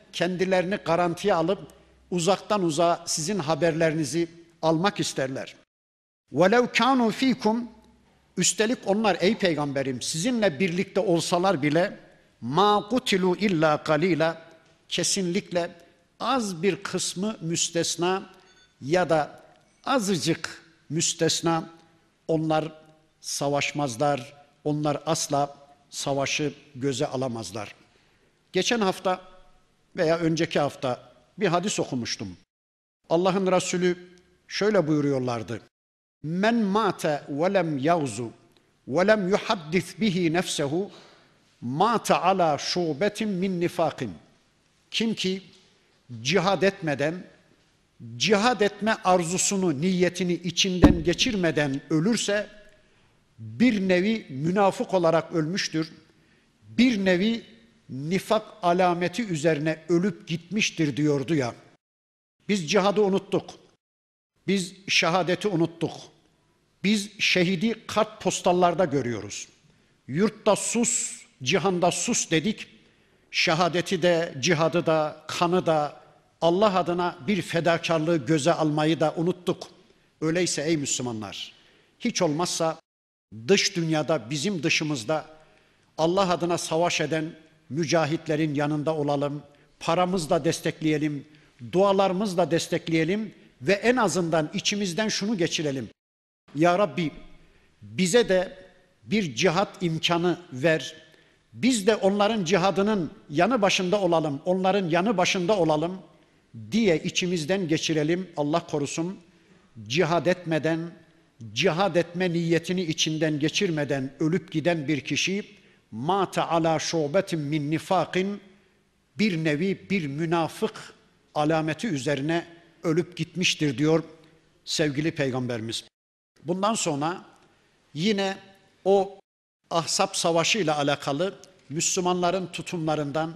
Speaker 1: kendilerini garantiye alıp uzaktan uzağa sizin haberlerinizi almak isterler. وَلَوْ كَانُوا ف۪يكُمْ Üstelik onlar ey peygamberim sizinle birlikte olsalar bile مَا قُتِلُوا اِلَّا قَلِيلًا kesinlikle az bir kısmı müstesna ya da azıcık müstesna onlar savaşmazlar, onlar asla savaşı göze alamazlar. Geçen hafta veya önceki hafta bir hadis okumuştum. Allah'ın Resulü şöyle buyuruyorlardı. Men mate ve lem yağzu ve lem yuhaddis bihi nefsehu mate ala şubetin min nifakin. Kim ki cihad etmeden, cihad etme arzusunu, niyetini içinden geçirmeden ölürse bir nevi münafık olarak ölmüştür. Bir nevi nifak alameti üzerine ölüp gitmiştir diyordu ya. Biz cihadı unuttuk. Biz şehadeti unuttuk. Biz şehidi kartpostallarda görüyoruz. Yurtta sus, cihanda sus dedik. Şehadeti de, cihadı da, kanı da, Allah adına bir fedakarlığı göze almayı da unuttuk. Öyleyse ey Müslümanlar, hiç olmazsa dış dünyada, bizim dışımızda Allah adına savaş eden mücahitlerin yanında olalım. Paramızla destekleyelim, dualarımızla destekleyelim ve en azından içimizden şunu geçirelim. Ya Rabbi bize de bir cihat imkanı ver. Biz de onların cihadının yanı başında olalım, onların yanı başında olalım diye içimizden geçirelim. Allah korusun, cihad etmeden, cihad etme niyetini içinden geçirmeden ölüp giden bir kişi mâte alâ şubetin min nifakin bir nevi bir münafık alameti üzerine ölüp gitmiştir diyor sevgili Peygamberimiz. Bundan sonra yine o Ahzab Savaşı ile alakalı Müslümanların tutumlarından,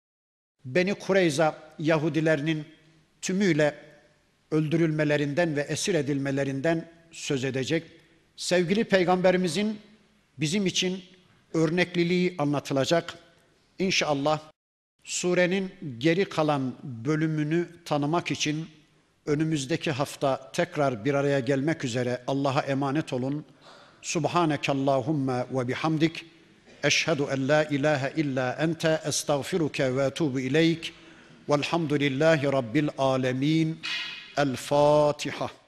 Speaker 1: Beni Kureyza Yahudilerinin tümüyle öldürülmelerinden ve esir edilmelerinden söz edecek. Sevgili Peygamberimizin bizim için örnekliliği anlatılacak. İnşallah surenin geri kalan bölümünü tanımak için önümüzdeki hafta tekrar bir araya gelmek üzere Allah'a emanet olun. Subhanekallahumma ve bihamdik. Eşhedü en la ilahe illa ente estağfiruke ve etubu ileyk. Velhamdülillahi Rabbil alemin. El Fatiha.